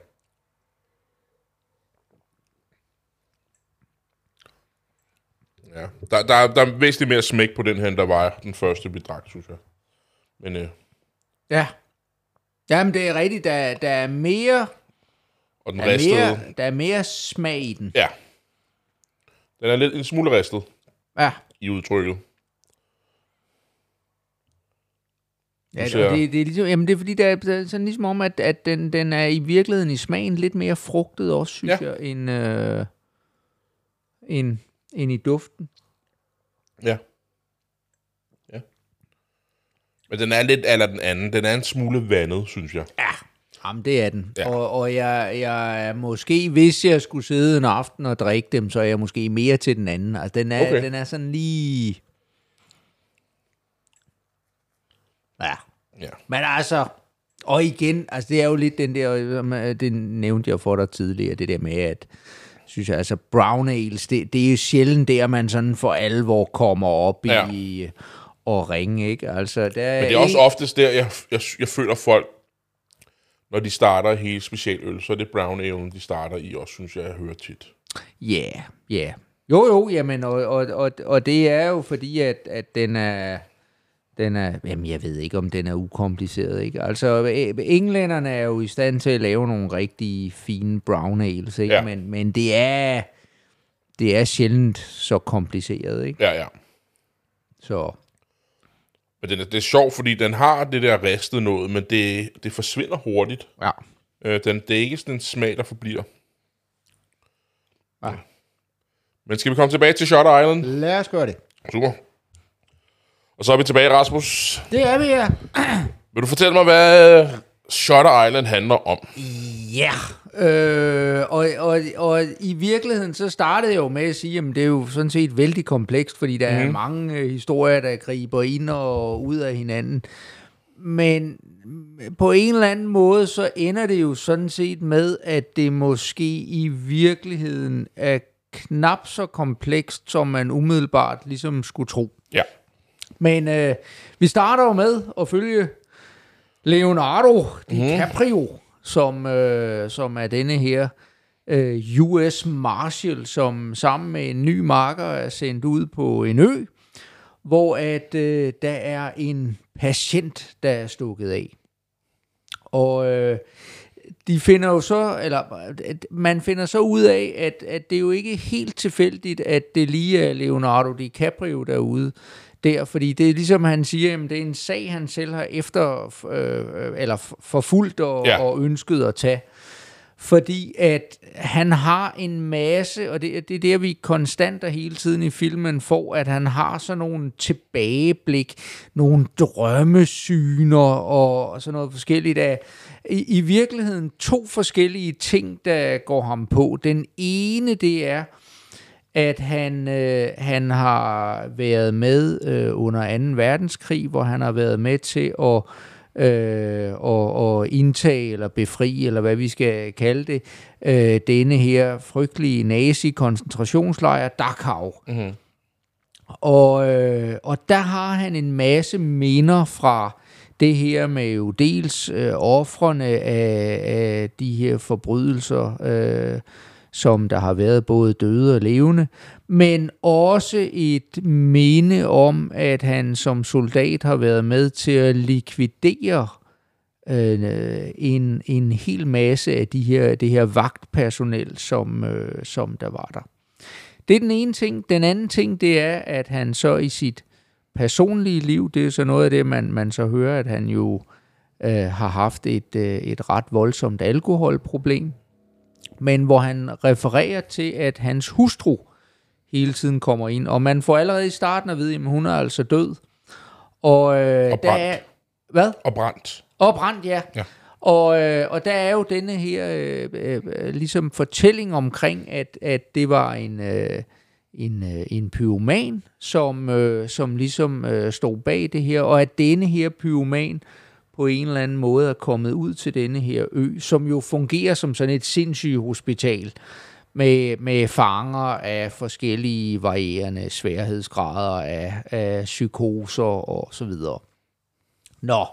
Ja, der, der, der er væsentligt mere smæk på den her, end der var den første, vi drak, synes jeg. Men øh... ja. Jamen, det er rigtigt. Der, der er mere... Og den der, er ristede... mere, der er mere smag i den. Ja. Den er lidt en smule ristet. Ja. I udtrykket. Ja, ser... og det, det er ligesom, jamen det er fordi, der er, der er sådan ligesom om, at, at den, den er i virkeligheden i smagen lidt mere frugtet også, synes ja. jeg, end, øh, end, end i duften. Ja. Ja. Men den er lidt eller den anden. Den er en smule vandet, synes jeg. Ja, jamen det er den. Ja. Og, og jeg, jeg er måske, hvis jeg skulle sidde en aften og drikke dem, så er jeg måske mere til den anden. Altså den er, okay. den er sådan lige... Ja. Ja. Men altså, og igen, altså det er jo lidt den der, det nævnte jeg for dig tidligere, det der med, at synes jeg, altså brown ales, det, det er jo sjældent der, man sådan for alvor kommer op ja. i og ringe, ikke? Altså, der er Men det er også oftest der, jeg, jeg, jeg føler folk, når de starter helt specialøl, så er det brown ale, de starter i, også synes jeg, jeg hører tit. Ja, yeah, ja. Yeah. Jo, jo, jamen, og, og, og, og det er jo fordi, at, at den er... Den er, jamen jeg ved ikke, om den er ukompliceret, ikke? Altså, englænderne er jo i stand til at lave nogle rigtig fine brown ales, ikke? Ja. Men, men det er, det er sjældent så kompliceret, ikke? Ja, ja. Så. Men det er, det er sjovt, fordi den har det der ristet noget, men det, det forsvinder hurtigt. Ja. Øh, den, det er ikke sådan en smag, der forbliver. Ja. Men skal vi komme tilbage til Shutter Island? Lad os gøre det. Super. Og så er vi tilbage, Rasmus. Det er vi, ja. Vil du fortælle mig, hvad Shutter Island handler om? Ja, øh, og, og, og i virkeligheden så startede jeg jo med at sige, at det er jo sådan set vældig komplekst, fordi der mm. er mange øh, historier, der griber ind og ud af hinanden. Men på en eller anden måde, så ender det jo sådan set med, at det måske i virkeligheden er knap så komplekst, som man umiddelbart ligesom skulle tro. Ja. Men øh, vi starter jo med at følge Leonardo DiCaprio, mm. som, øh, som er denne her øh, U S Marshal, som sammen med en ny makker er sendt ud på en ø, hvor at øh, der er en patient, der er stukket af. Og øh, de finder jo så, eller man finder så ud af, at, at det er jo ikke helt tilfældigt, at det lige er Leonardo DiCaprio derude der, fordi det er ligesom han siger, at det er en sag, han selv har efter, øh, eller forfulgt og, ja. og ønsket at tage. Fordi at han har en masse, og det, det er der, vi konstant og hele tiden i filmen får, at han har sådan nogle tilbageblik, nogle drømmesyner og, og sådan noget forskelligt af. I, I virkeligheden to forskellige ting, der går ham på. Den ene, det er, at han, øh, han har været med øh, under anden verdenskrig, hvor han har været med til at, øh, at, at indtage eller befri, eller hvad vi skal kalde det, øh, denne her frygtelige nazi-koncentrationslejr, Dachau. Mm-hmm. Og, øh, og der har han en masse minder fra det her med jo dels øh, ofrene af, af de her forbrydelser, øh, som der har været både døde og levende, men også et minde om, at han som soldat har været med til at likvidere øh, en, en hel masse af de her, det her vagtpersonel, som, øh, som der var der. Det er den ene ting. Den anden ting, det er, at han så i sit personlige liv, det er så noget af det, man, man så hører, at han jo øh, har haft et, øh, et ret voldsomt alkoholproblem, men hvor han refererer til, at hans hustru hele tiden kommer ind, og man får allerede i starten at vide, at hun er altså død. Og, øh, og der er, hvad? Og brændt. Og brændt, ja. ja. Og, øh, og der er jo denne her øh, øh, ligesom fortælling omkring, at, at det var en, øh, en, øh, en pyroman, som, øh, som ligesom øh, stod bag det her, og at denne her pyroman på en eller anden måde er kommet ud til denne her ø, som jo fungerer som sådan et sindssygehospital med, med fanger af forskellige varierende sværhedsgrader af, af psykoser og så videre. Nå.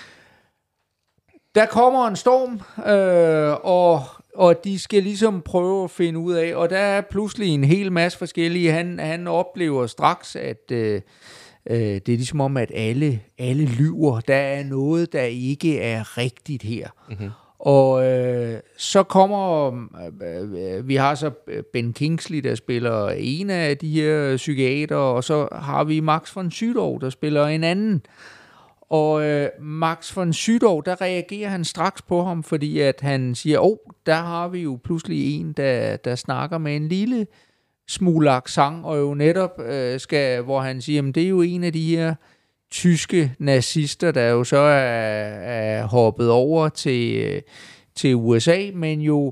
Der kommer en storm, øh, og, og de skal ligesom prøve at finde ud af, og der er pludselig en hel masse forskellige. Han, han oplever straks, at øh, øh, det er ligesom om, at alle, alle lyver. Der er noget, der ikke er rigtigt her. Mm-hmm. Og øh, så kommer, øh, vi har så Ben Kingsley, der spiller en af de her psykiater, og så har vi Max von Sydow, der spiller en anden. Og øh, Max von Sydow, der reagerer han straks på ham, fordi at han siger, åh, oh, der har vi jo pludselig en, der, der snakker med en lille smule accent, og jo netop øh, skal, hvor han siger, at det er jo en af de her tyske nazister, der jo så er, er hoppet over til, øh, til U S A, men jo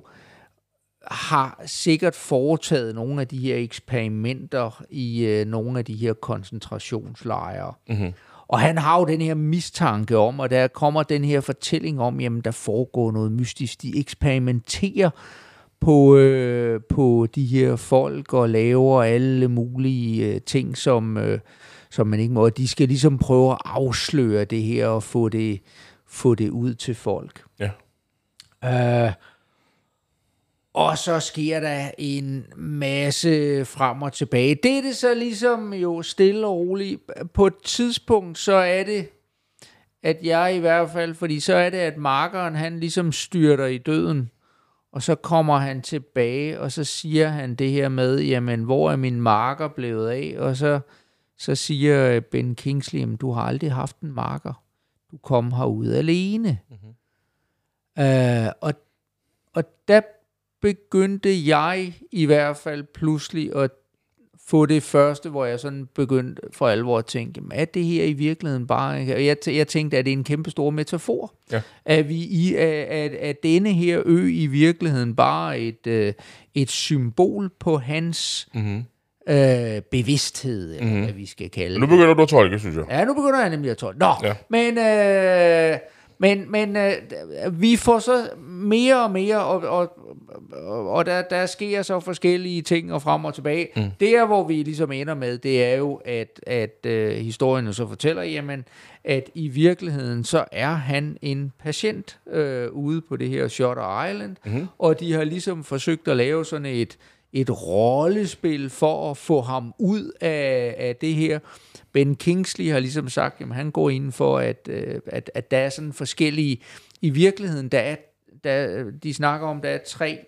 har sikkert foretaget nogle af de her eksperimenter i øh, nogle af de her koncentrationslejre. Mm-hmm. Og han har jo den her mistanke om, og der kommer den her fortælling om, jamen der foregår noget mystisk. De eksperimenterer på, øh, på de her folk og laver alle mulige øh, ting, som, øh, som man ikke må. De skal ligesom prøve at afsløre det her og få det, få det ud til folk. Ja. Øh, Og så sker der en masse frem og tilbage. Det er det så ligesom jo stille og roligt. På et tidspunkt, så er det, at jeg i hvert fald, fordi så er det, at markeren, han ligesom styrter i døden. Og så kommer han tilbage, og så siger han det her med, jamen, hvor er min marker blevet af? Og så, så siger Ben Kingsley, jamen, du har aldrig haft en marker. Du kom herud alene. Mm-hmm. Uh, og, og der begyndte jeg i hvert fald pludselig at få det første, hvor jeg sådan begyndte for alvor at tænke, er det her i virkeligheden bare... Jeg, t- jeg tænkte, at det er en kæmpe stor metafor. Ja. At vi i at, at denne her ø i virkeligheden bare et, øh, et symbol på hans mm-hmm. øh, bevidsthed, eller mm-hmm. hvad vi skal kalde det. Nu begynder du at tolke, synes jeg. Ja, nu begynder jeg nemlig at tolke. Nå, ja. men... Øh, Men, men øh, vi får så mere og mere, og, og, og, og der, der sker så forskellige ting og frem og tilbage. Mm. Der, hvor vi ligesom ender med, det er jo, at, at øh, historien så fortæller, jamen, at i virkeligheden, så er han en patient øh, ude på det her Shutter Island, mm-hmm. og de har ligesom forsøgt at lave sådan et, et rollespil for at få ham ud af, af det her. Ben Kingsley har ligesom sagt, at han går ind for, at, at, at der er sådan forskellige... I virkeligheden, der er, der, de snakker om, der er tre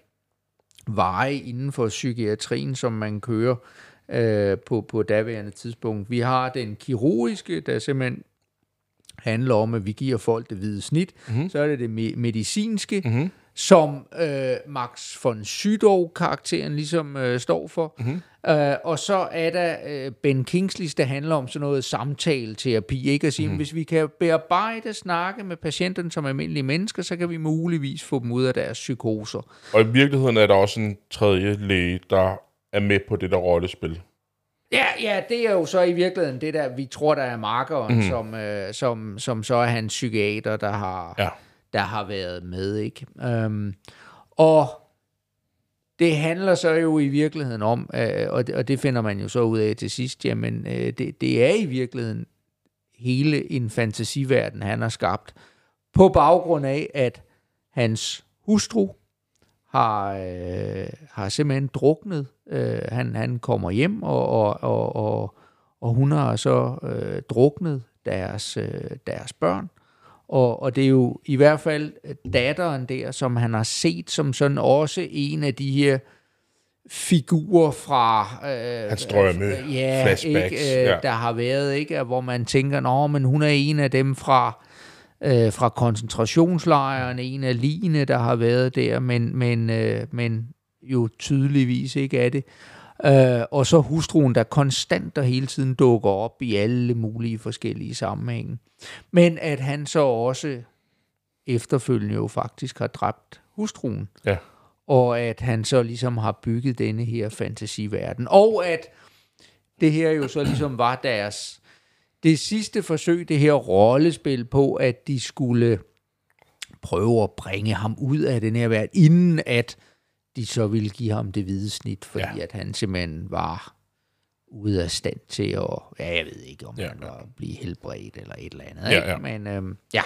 veje inden for psykiatrien, som man kører øh, på, på daværende tidspunkt. Vi har den kirurgiske, der simpelthen handler om, at vi giver folk det hvide snit. Mm-hmm. Så er det det me- medicinske, mm-hmm. som øh, Max von Sydow-karakteren ligesom øh, står for. Mm-hmm. Uh, og så er der uh, Ben Kingsleys, der handler om sådan noget samtaleterapi, ikke? At sige, mm. hvis vi kan bearbejde, snakke med patienterne som almindelige mennesker, så kan vi muligvis få dem ud af deres psykoser. Og i virkeligheden er der også en tredje læge, der er med på det der rollespil. Ja, ja, det er jo så i virkeligheden det der, vi tror, der er markeren, mm. som, uh, som, som så er hans psykiater, der har, ja. der har været med, ikke? Um, og det handler så jo i virkeligheden om, øh, og, det, og det finder man jo så ud af til sidst, jamen øh, det, det er i virkeligheden hele en fantasiverden, han har skabt, på baggrund af, at hans hustru har, øh, har simpelthen druknet. Øh, han, han kommer hjem, og, og, og, og, og hun har så øh, druknet deres, øh, deres børn. Og, og det er jo i hvert fald datteren der, som han har set som sådan også en af de her figurer fra... Øh, Hans drømme, øh, ja, flashbacks. Ikke, øh, ja. Der har været, ikke, hvor man tænker, nå, men hun er en af dem fra, øh, fra koncentrationslejren, en af ligene, der har været der, men, men, øh, men jo tydeligvis ikke er det. Uh, og så hustruen, der konstant og hele tiden dukker op i alle mulige forskellige sammenhænge. Men at han så også efterfølgende jo faktisk har dræbt hustruen. Ja. Og at han så ligesom har bygget denne her fantasiverden. Og at det her jo så ligesom var deres det sidste forsøg, det her rollespil på, at de skulle prøve at bringe ham ud af den her verden, inden at de så ville give ham det hvide snit, fordi ja. at han simpelthen var ude af stand til at, ja, jeg ved ikke, om ja, han var ja. blive helbredt eller et eller andet. Ja, ja. Men øhm, ja.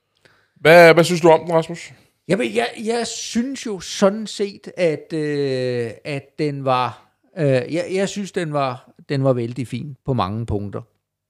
Hvad, hvad synes du om den, Rasmus? Jamen, jeg, jeg synes jo sådan set, at, øh, at den var, øh, jeg, jeg synes, den var, den var vældig fin på mange punkter.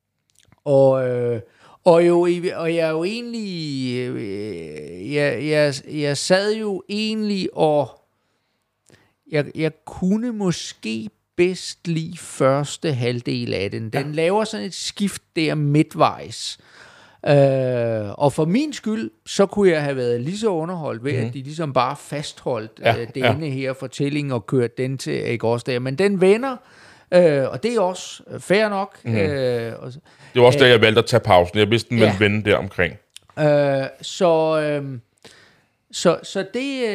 Og, øh, og, jo, og jeg er jo egentlig, øh, jeg, jeg, jeg sad jo egentlig og Jeg, jeg kunne måske bedst lide første halvdel af den. Den ja. laver sådan et skift der midtvejs. Øh, og for min skyld, så kunne jeg have været lige så underholdt ved, mm. at de ligesom bare fastholdt Ja, øh, denne ja. her fortælling og kørt den til, ikke også der. Men den vender, øh, og det er også fair nok. Mm. Øh, og, det var også øh, der, jeg valgte at tage pausen. Jeg vidste, den ville ja. vende der omkring. Øh, så... Øh, Så, så det,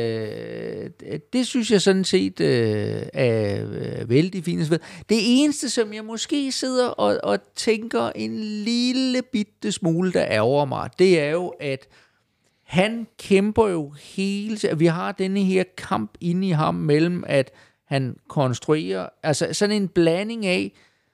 øh, det synes jeg sådan set øh, er øh, vældig fint. Det eneste, som jeg måske sidder og, og tænker en lille bitte smule, der ærger mig, det er jo, at han kæmper jo hele tiden. Vi har denne her kamp inde i ham mellem, at han konstruerer, altså sådan en blanding af,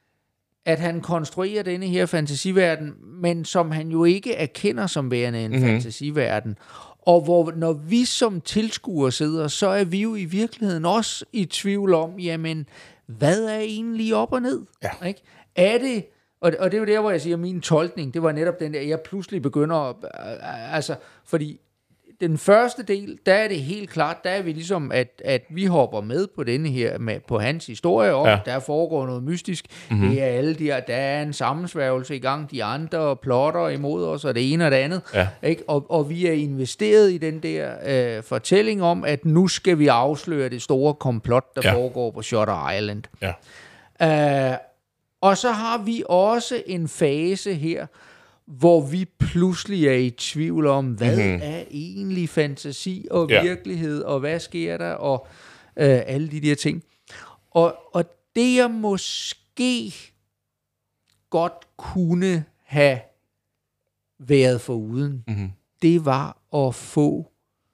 at han konstruerer denne her fantasiverden, men som han jo ikke erkender som værende en mm-hmm. fantasiverden. Og hvor, når vi som tilskuere sidder, så er vi jo i virkeligheden også i tvivl om, jamen, hvad er egentlig op og ned? Ja. Ikke? Er det, og, og det er jo der, hvor jeg siger, min tolkning, det var netop den der, jeg pludselig begynder at, altså, fordi den første del, der er det helt klart, der er vi ligesom, at, at vi hopper med på denne her, med, på hans historie om, ja. der foregår noget mystisk. Mm-hmm. Det er alle de her, der er en sammensværgelse i gang, de andre plotter imod os, og det ene og det andet. Ja. Ikke? Og, og vi er investeret i den der øh, fortælling om, at nu skal vi afsløre det store komplot, der ja. foregår på Shutter Island. Ja. Øh, og så har vi også en fase her, hvor vi pludselig er i tvivl om, hvad mm-hmm. er egentlig fantasi og ja. virkelighed, og hvad sker der, og øh, alle de der ting. Og, og det jeg måske godt kunne have været foruden, mm-hmm. det var at få,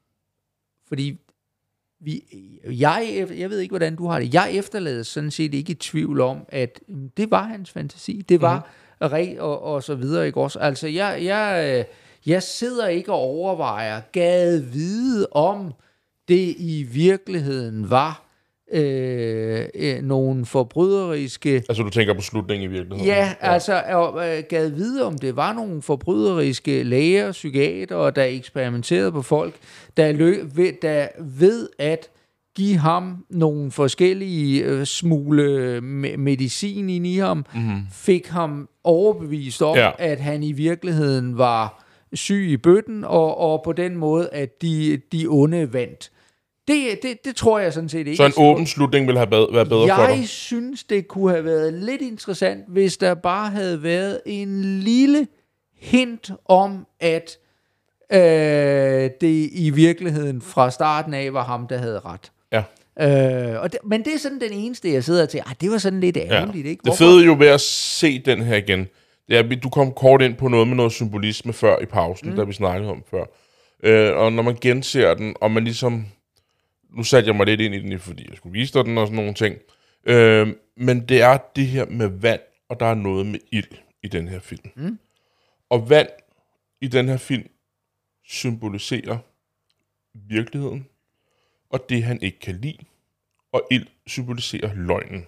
fordi vi, jeg, jeg ved ikke, hvordan du har det, jeg efterlader sådan set ikke i tvivl om, at det var hans fantasi, det var mm-hmm. Og, og så videre, ikke også? Altså, jeg, jeg, jeg sidder ikke og overvejer, gad vide om det i virkeligheden var øh, øh, nogle forbryderiske... Altså, du tænker på slutningen i virkeligheden? Ja, ja. altså, øh, gad vide om det var nogle forbryderiske læger, psykiatere, der eksperimenterede på folk, der, lø- der ved at give ham nogle forskellige øh, smule me- medicin ind i ham, mm-hmm. fik ham overbevist om, ja. at han i virkeligheden var syg i bøtten, og, og på den måde, at de, de onde vandt. Det, det, det tror jeg sådan set ikke. Så en åben slutning ville have været bedre jeg for dig? Jeg synes, det kunne have været lidt interessant, hvis der bare havde været en lille hint om, at øh, det i virkeligheden fra starten af var ham, der havde ret. Ja. Øh, og det, men det er sådan den eneste, jeg sidder til. Ah, det var sådan lidt ærgerligt, ja. ikke? Hvorfor? Det fede jo ved at se den her igen, det er, du kom kort ind på noget med noget symbolisme før i pausen, mm. der vi snakkede om før. Øh, og når man genser den, og man ligesom... Nu satte jeg mig lidt ind i den, fordi jeg skulle vise dig den og sådan nogle ting. Øh, men det er det her med vand, og der er noget med ild i den her film. Mm. Og vand i den her film symboliserer virkeligheden, og det han ikke kan lide, og ild symboliserer løgnen.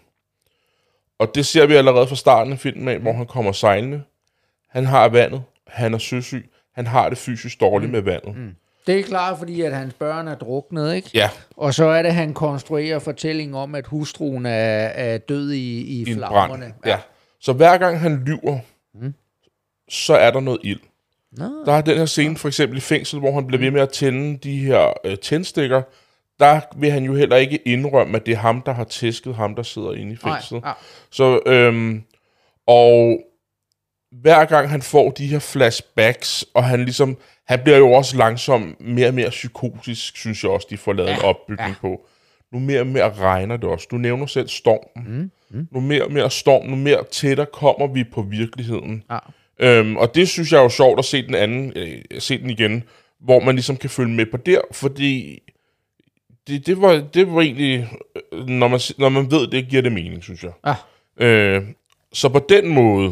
Og det ser vi allerede fra starten af filmen af, hvor han kommer sejlende. Han har vandet, han er søsyg, han har det fysisk dårligt mm. med vandet. Mm. Det er klart, fordi at hans børn er druknet, ikke? Ja. Og så er det, han konstruerer fortælling om, at hustruen er, er død i, i, I flammerne. Ja. ja. Så hver gang han lyver, mm. så er der noget ild. Nå. Der er den her scene, for eksempel i fængsel, hvor han bliver ved med at tænde de her øh, tændstikker. Der vil han jo heller ikke indrømme, at det er ham, der har tæsket ham, der sidder inde i fængslet. Ja. Så, øhm, og hver gang han får de her flashbacks, og han ligesom, han bliver jo også langsomt mere og mere psykotisk, synes jeg også, de får lavet ja. en opbygning ja. på. Nu mere og mere regner det også. Du nævner selv stormen. Mm. Mm. Nu mere og mere storm, nu mere tættere kommer vi på virkeligheden. Ja. Øhm, og det synes jeg er jo sjovt at se den anden, øh, se den igen, hvor man ligesom kan følge med på der, fordi det, det, var, det var egentlig, når man, når man ved det, giver det mening, synes jeg. Ja. Øh, så på den måde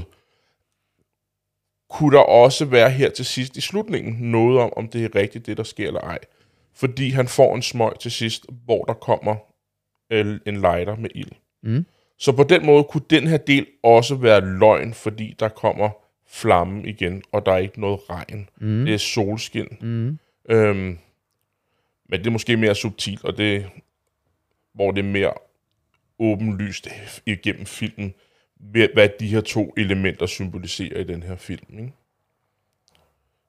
kunne der også være her til sidst i slutningen noget om, om det er rigtigt, det der sker eller ej. Fordi han får en smøg til sidst, hvor der kommer en lighter med ild. Mm. Så på den måde kunne den her del også være løgn, fordi der kommer flammen igen, og der er ikke noget regn. Mm. Det er solskin. Mm. Øhm, men det er måske mere subtilt, og det, hvor det er mere åbenlyst igennem filmen, hvad de her to elementer symboliserer i den her film. Ikke?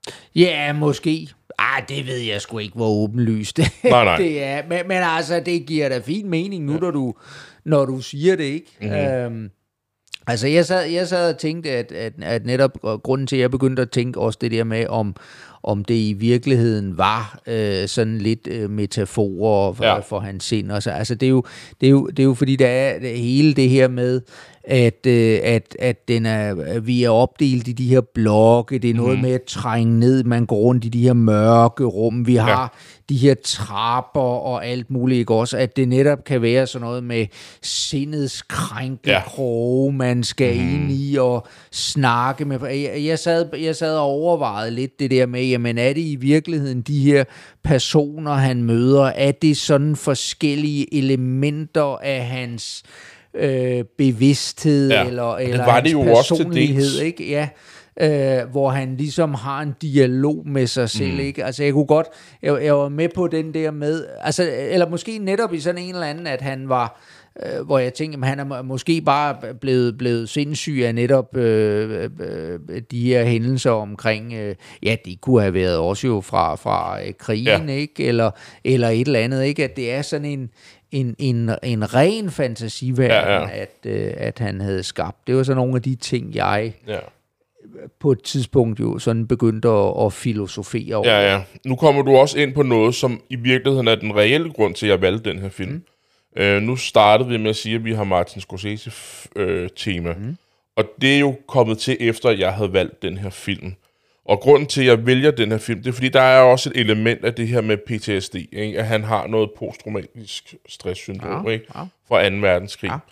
Ja, måske. Ah, det ved jeg sgu ikke, hvor åbenlyst det, nej, nej. det er. Men, men altså, det giver da fin mening nu, ja. når, du, når du siger det, ikke? Mm-hmm. Øhm, altså, jeg sad, jeg sad og tænkte, at, at, at netop grunden til, at jeg begyndte at tænke også det der med, om, om det i virkeligheden var øh, sådan lidt øh, metaforer for, ja. for hans sind. Og så, altså, det er, jo, det, er jo, det er jo fordi, der er det, hele det her med, at, øh, at, at den er, vi er opdelt i de her blokke, det er noget mm. med at trænge ned, man går rundt i de her mørke rum, vi har ja. de her trapper og alt muligt, ikke også, at det netop kan være sådan noget med sindets krænkekroge, ja. man skal mm. ind i og snakke med. Jeg, jeg, sad, jeg sad og overvejede lidt det der med, jamen er det i virkeligheden de her personer, han møder, er det sådan forskellige elementer af hans Øh, bevidsthed ja. eller, eller var det jo personlighed, også til ikke? Ja, øh, hvor han ligesom har en dialog med sig selv, mm. ikke? Altså jeg kunne godt, jeg, jeg var med på den der med, altså, eller måske netop i sådan en eller anden, at han var, øh, hvor jeg tænkte, at han er måske bare blevet, blevet sindssyg af netop øh, øh, de her hændelser omkring, øh, ja, de kunne have været også jo fra, fra øh, krigen, ja. ikke? Eller, eller et eller andet, ikke? At det er sådan en En, en, en ren fantasiverden, ja, ja. At, øh, at han havde skabt. Det var så nogle af de ting, jeg ja. på et tidspunkt jo sådan begyndte at, at filosofere over. Ja, ja. Nu kommer du også ind på noget, som i virkeligheden er den reelle grund til, at jeg valgte den her film. Mm. Øh, nu startede vi med at sige, at vi har Martin Scorsese-tema. Mm. Og det er jo kommet til, efter jeg havde valgt den her film. Og grunden til, at jeg vælger den her film, det er, fordi der er også et element af det her med P T S D, ikke? At han har noget posttraumatisk stresssyndrom, ja, ikke? Ja. Fra anden verdenskrig. Ja.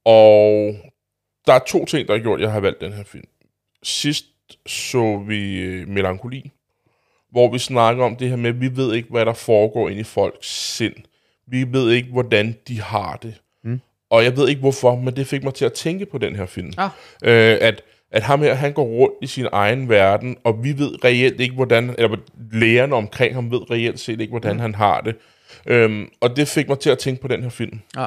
Og der er to ting, der har gjort, at jeg har valgt den her film. Sidst så vi Melankoli, hvor vi snakker om det her med, at vi ved ikke, hvad der foregår inde i folks sind. Vi ved ikke, hvordan de har det. Mm. Og jeg ved ikke, hvorfor, men det fik mig til at tænke på den her film. Ja. Øh, at at ham her, han går rundt i sin egen verden, og vi ved reelt ikke, hvordan, eller lærerne omkring ham ved reelt set ikke, hvordan mm. han har det. Øhm, og det fik mig til at tænke på den her film. Ja.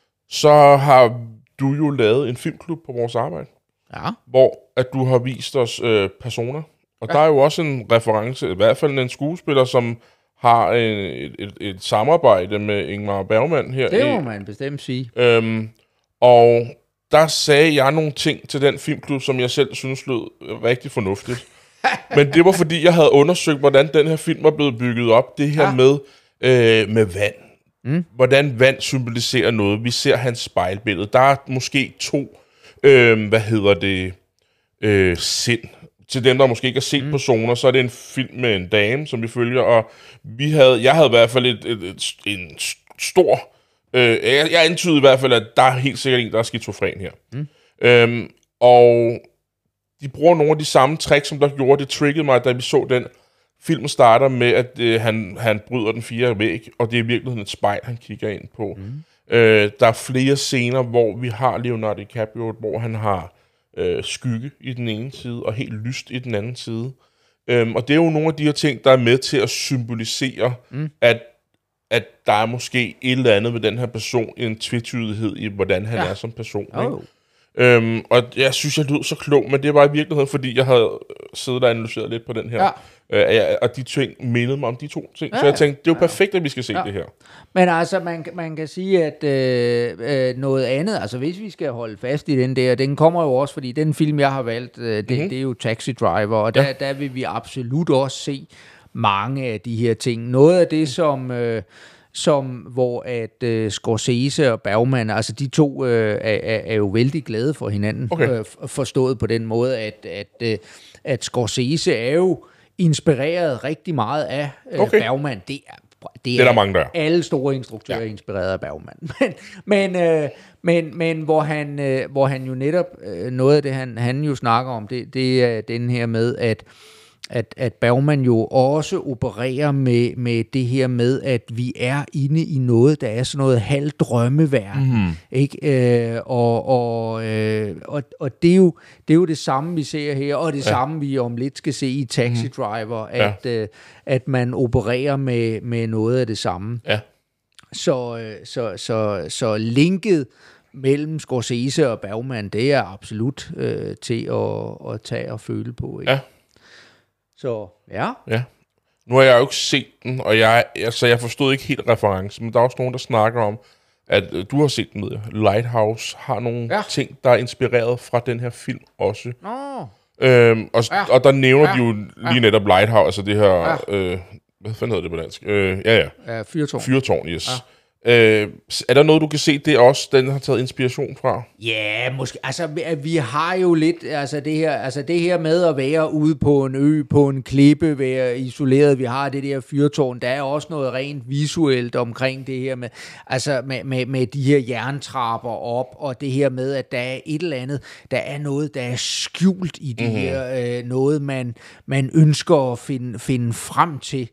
Så har du jo lavet en filmklub på vores arbejde, ja. hvor at du har vist os øh, personer. Og ja. der er jo også en reference, i hvert fald en skuespiller, som har en, et, et, et samarbejde med Ingmar Bergman her. Det må i, man bestemt sige. Øhm, og der sagde jeg nogle ting til den filmklub, som jeg selv synes lød rigtig fornuftigt. Men det var, fordi jeg havde undersøgt, hvordan den her film var blevet bygget op. Det her ja. med, øh, med vand. Mm. Hvordan vand symboliserer noget. Vi ser hans spejlbillede. Der er måske to, øh, hvad hedder det, øh, sind. Til dem, der måske ikke har set mm. personer, så er det en film med en dame, som vi følger. Og vi havde, jeg havde i hvert fald et, et, et, en stor... Øh, jeg, jeg antydede i hvert fald, at der er helt sikkert en, der er skizofren her. Mm. Øhm, og de bruger nogle af de samme tricks, som der gjorde. Det triggede mig, da vi så den. Filmen starter med, at øh, han, han bryder den fjerde væg, og det er i virkeligheden et spejl, han kigger ind på. Mm. Øh, der er flere scener, hvor vi har Leonardo DiCaprio, hvor han har øh, skygge i den ene side, og helt lyst i den anden side. Øhm, og det er jo nogle af de her ting, der er med til at symbolisere, mm. at at der er måske et eller andet ved den her person, en tvetydighed i, hvordan han ja. er som person. Oh. Øhm, og jeg synes, jeg lød så klog, men det var i virkeligheden, fordi jeg havde siddet og analyseret lidt på den her. Ja. Øh, og de ting mindede mig om de to ting. Ja, så jeg tænkte, det er jo perfekt, at vi skal se ja. det her. Men altså, man, man kan sige, at øh, øh, noget andet, altså hvis vi skal holde fast i den der, den kommer jo også, fordi den film, jeg har valgt, øh, det, mm-hmm. det er jo Taxi Driver, og der, ja. der vil vi absolut også se mange af de her ting. Noget af det, som, øh, som hvor at øh, Scorsese og Bergman, altså de to øh, er, er jo vældig glade for hinanden, okay. øh, forstået på den måde, at, at, øh, at Scorsese er jo inspireret rigtig meget af øh, okay. Bergman. Det er Det det er der mange, der er. Alle store instruktører ja. inspireret af Bergman. Men, men, øh, men, men hvor, han, øh, hvor han jo netop, øh, noget af det, han, han jo snakker om, det, det er den her med, at At, at Bergman jo også opererer med, med det her med, at vi er inde i noget, der er sådan noget halv drømmeverden. Mm. Ikke? Øh, og, og, øh, og, og det, er jo, det er jo det samme, vi ser her, og det ja. samme, vi om lidt skal se i Taxi Driver, mm. at, ja. øh, at man opererer med, med noget af det samme. Ja. Så, så, så, så linket mellem Scorsese og Bergman, det er absolut øh, til at, at tage og føle på. Ikke? Ja. Så, ja. Ja. Nu har jeg jo ikke set den, og jeg, altså, jeg forstod ikke helt referencen, men der er også nogen, der snakker om, at øh, du har set den med Lighthouse, har nogle Ja. ting, der er inspireret fra den her film også. Nå. Øhm, og, Ja. og der nævner Ja. de jo lige Ja. netop Lighthouse, altså det her, Ja. øh, hvad fanden hedder det på dansk? Øh, ja, ja, Ja, fyrtårn. Fyrtårn, yes. Ja. Øh, er der noget, du kan se, det også, den har taget inspiration fra? Ja, måske. Altså, vi, vi har jo lidt, altså det her, altså det her med at være ude på en ø, på en klippe, være isoleret. Vi har det der fyrtårn. Der er også noget rent visuelt omkring det her med, altså med, med, med de her jerntrapper op, og det her med, at der er et eller andet, der er noget, der er skjult i det mm-hmm. her, øh, noget man, man ønsker at finde, finde frem til.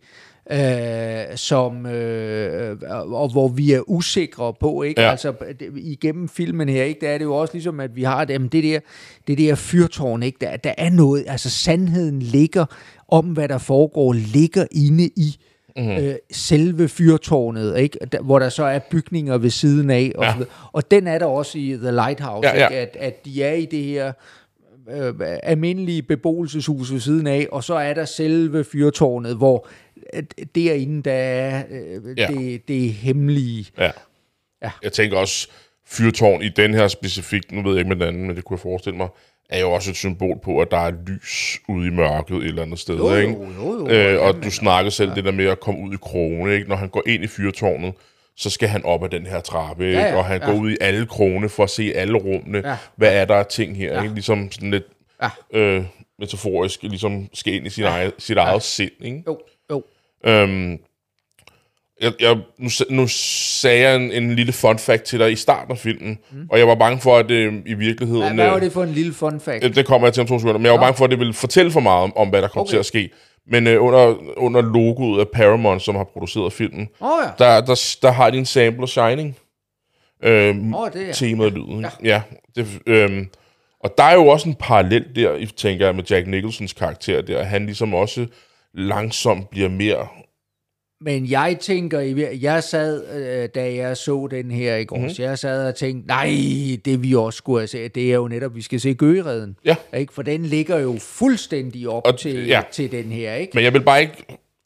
Øh, som øh, og hvor vi er usikre på, ikke? Ja. Altså det, igennem filmen her, ikke? Der er det jo også ligesom, at vi har dem, det der, det der fyrtårn, ikke? Der, der er noget, altså sandheden ligger om, hvad der foregår, ligger inde i mm-hmm. øh, selve fyrtårnet, ikke? Der, hvor der så er bygninger ved siden af, og, ja. så videre. Og den er der også i The Lighthouse, ja, ja. ikke? At, at de er i det her øh, almindelige beboelseshus ved siden af, og så er der selve fyrtårnet, hvor derinde, der er øh, ja. det, det hemmelige. Ja. Ja. Jeg tænker også, fyrtårn i den her specifikt, nu ved jeg ikke med den anden, men det kunne jeg forestille mig, er jo også et symbol på, at der er lys ude i mørket et eller andet sted. Jo, jo, ikke? jo, jo. Øh, og Jamen, du snakker selv ja. det der med at komme ud i krone, ikke? Når han går ind i fyrtårnet, så skal han op ad den her trappe, ikke? Ja, ja, og han ja. går ud i alle krone for at se alle rummene. Ja. Hvad er der af ting her? Ja. Ikke? Ligesom sådan lidt Ja. øh, metaforisk, ligesom skal ind i sin eget, sit eget sind. Ikke? Jo, jo. Øhm, jeg, jeg, nu, nu sagde jeg en, en lille fun fact til dig i starten af filmen, mm. og jeg var bange for, at det i virkeligheden... Hvad, hvad var det for en lille fun fact? Øh, det kommer jeg til om to sekunder, men jeg var Nå. bange for, at det ville fortælle for meget om, om hvad der kom Okay. til at ske. Men øh, under, under logoet af Paramount, som har produceret filmen, Åh oh, ja. der, der, der har de en sample af Shining. Øhm, Åh, det er- temaet lyden. Ja. ja det, øhm, og der er jo også en parallel der, tænker jeg, med Jack Nicholsons karakter der. Han ligesom også langsomt bliver mere... Men jeg tænker, i vir- jeg sad, øh, da jeg så den her i går, Mhm. mm. jeg sad og tænkte, nej, det vi også skulle have set, det er jo netop, vi skal se Gøgeredden. Ja. Ikke? For den ligger jo fuldstændig op Og- til, ja. til den her, ikke? Men jeg vil bare ikke...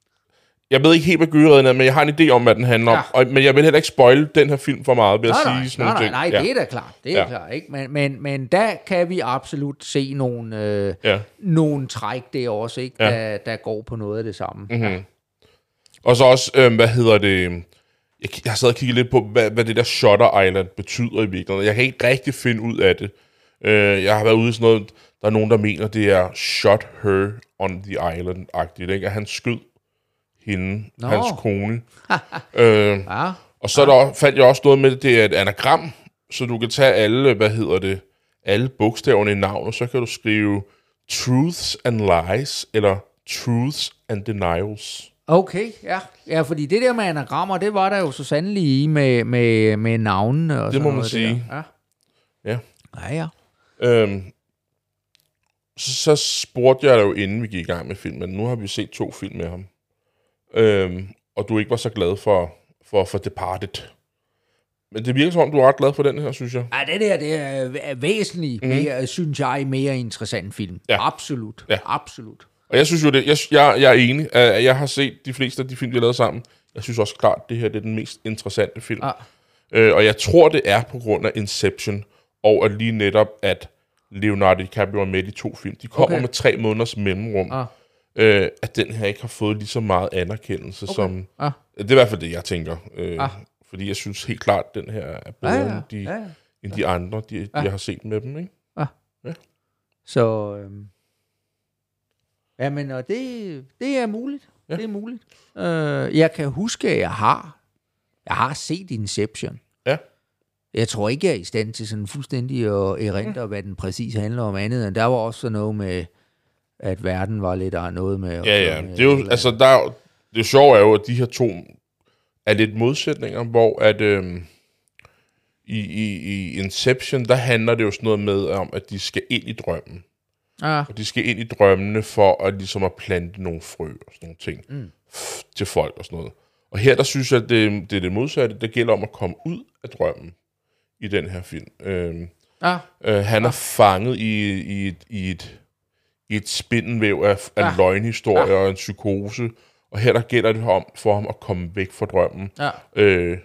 Jeg ved ikke helt, hvad Gyreredden er, men jeg har en idé om, hvad den handler om. Ja. Og, men jeg vil heller ikke spoile den her film for meget ved at Nej, nej, sige sådan nej, nogle nej, ting. nej, Ja. det er da klart, det er Ja. ja. klart, ikke? Men, men, men der kan vi absolut se nogle, øh, Ja. nogle træk der også, ikke? Ja. Der, der går på noget af det samme. Mhm. Ja. Og så også, øh, hvad hedder det... Jeg, jeg har siddet og kigget lidt på, hvad, hvad det der Shutter Island betyder i virkeligheden. Jeg kan ikke rigtig finde ud af det. Øh, jeg har været ude i sådan noget... Der er nogen, der mener, det er shot her on the island-agtigt, ikke? At han skød hende, Nå. hans kone. øh, Ja. Og så der, fandt jeg også noget med, det er et anagram, så du kan tage alle, hvad hedder det, alle bogstaverne i navn, og så kan du skrive truths and lies, eller truths and denials. Okay, ja. Ja, fordi det der med anagrammer, det var der jo så sandelig i med, med, med navnene og Det sådan må man noget sige. Der. Ja. Ja. Ja, ja. Øhm, så, så spurgte jeg dig jo, inden vi gik i gang med filmen, nu har vi set to film med ham, øhm, og du ikke var så glad for, for, for Departed. Men det virker som om, du er ret glad for den her, synes jeg. Ja, det der, det er væsentligt Mhm. mere, synes jeg, mere interessant film. Ja. Absolut. Ja. Absolut. Og jeg synes jo det, jeg, jeg, jeg er enig, at jeg har set de fleste af de film, de har lavet sammen. Jeg synes også klart, at det her det er den mest interessante film. Ja. Øh, og jeg tror, det er på grund af Inception, og at lige netop, at Leonardo DiCaprio er med i de to film. De kommer Okay. med tre måneders mellemrum. Ja. Øh, at den her ikke har fået lige så meget anerkendelse, okay. som... Ja. Det er i hvert fald det, jeg tænker. Øh, Ja. Fordi jeg synes helt klart, at den her er bedre Ja, ja, ja. end, de, Ja, ja. end de andre, de, de Ja. jeg har set med dem. Ikke? Så, øhm, jamen, og det, det er muligt. Ja. Ja. Det er muligt. Øh, jeg kan huske, at jeg har, jeg har set Inception. Ja. Jeg tror ikke, jeg er i stand til sådan fuldstændig at erindre, hvad den præcis handler om andet, end der var også sådan noget med, at verden var lidt af noget med... Ja, ja. med Det er jo, altså, der er, jo- det sjove er jo, at de her to er lidt modsætninger, hvor at øhm, i, i, i Inception, der handler det jo sådan noget med, om at de skal ind i drømmen. Ja, Og de skal ind i drømmene for at ligesom at plante nogle frø og sådan nogle ting Mm. f- til folk og sådan noget. Og her, der synes jeg, at det, det er det modsatte. Det gælder om at komme ud af drømmen i den her film. Øhm, ja, øh, han er fanget i, i, et, i, et, i et spindelvæv af, af Ja. løgnhistorier Ja. og en psykose. Og her der gælder det om for ham at komme væk fra drømmen. Ja. Øh,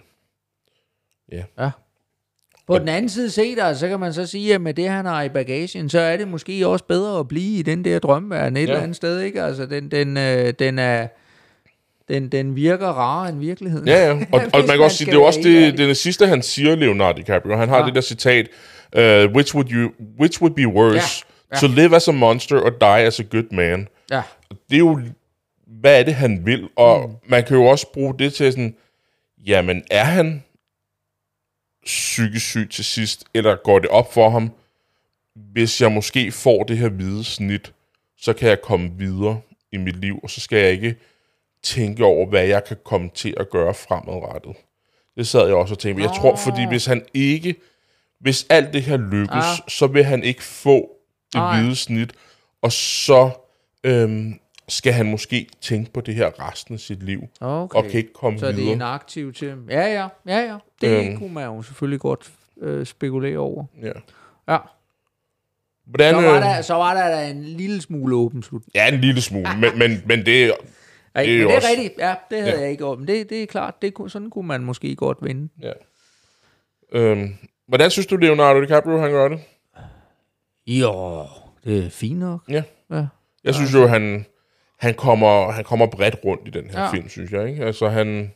Ja. På den anden side set, altså, så kan man så sige, at med det, han har i bagagen, så er det måske også bedre at blive i den der drømmeverden et Ja. eller andet sted, ikke? Altså, den, den, øh, den er... Den, den virker rarere end virkeligheden. Ja, ja. Og, og man kan også sige, det er jo også det, det, det sidste, han siger, Leonardo DiCaprio. Han har Ja. det der citat, uh, which, would you, which would be worse, Ja. Ja. to live as a monster or die as a good man. Ja. Det er jo, hvad er det, han vil? Og mm. man kan jo også bruge det til sådan, jamen, er han psykisk syg til sidst, eller går det op for ham, hvis jeg måske får det her hvide snit, så kan jeg komme videre i mit liv, og så skal jeg ikke tænke over, hvad jeg kan komme til at gøre fremadrettet. Det sad jeg også og tænkte. Jeg tror, fordi hvis han ikke, hvis alt det her lykkes, Ah. så vil han ikke få det Nej. hvide snit, og så øhm, skal han måske tænke på det her resten af sit liv, Okay. og kan ikke komme Så videre. det er en aktiv til... Ja, ja, ja, ja. Det Øhm. kunne man jo selvfølgelig godt øh, spekulere over. Ja. Ja. Hvordan, Så var, øh, der, så var der da en lille smule åben slut. Ja, en lille smule, men, men, men det er... Ej, Det er men jo det er også- rigtigt. Ja, det havde Ja. jeg ikke over. Men det, det er klart, det kunne, sådan kunne man måske godt vinde. Ja. Øhm, hvordan synes du, Leonardo DiCaprio, han gør det? Jo, det er fint nok. Ja. Ja. Jeg synes jo, han, han, kommer, han kommer bredt rundt i den her Ja. ja. film, synes jeg. Ikke? Altså, han...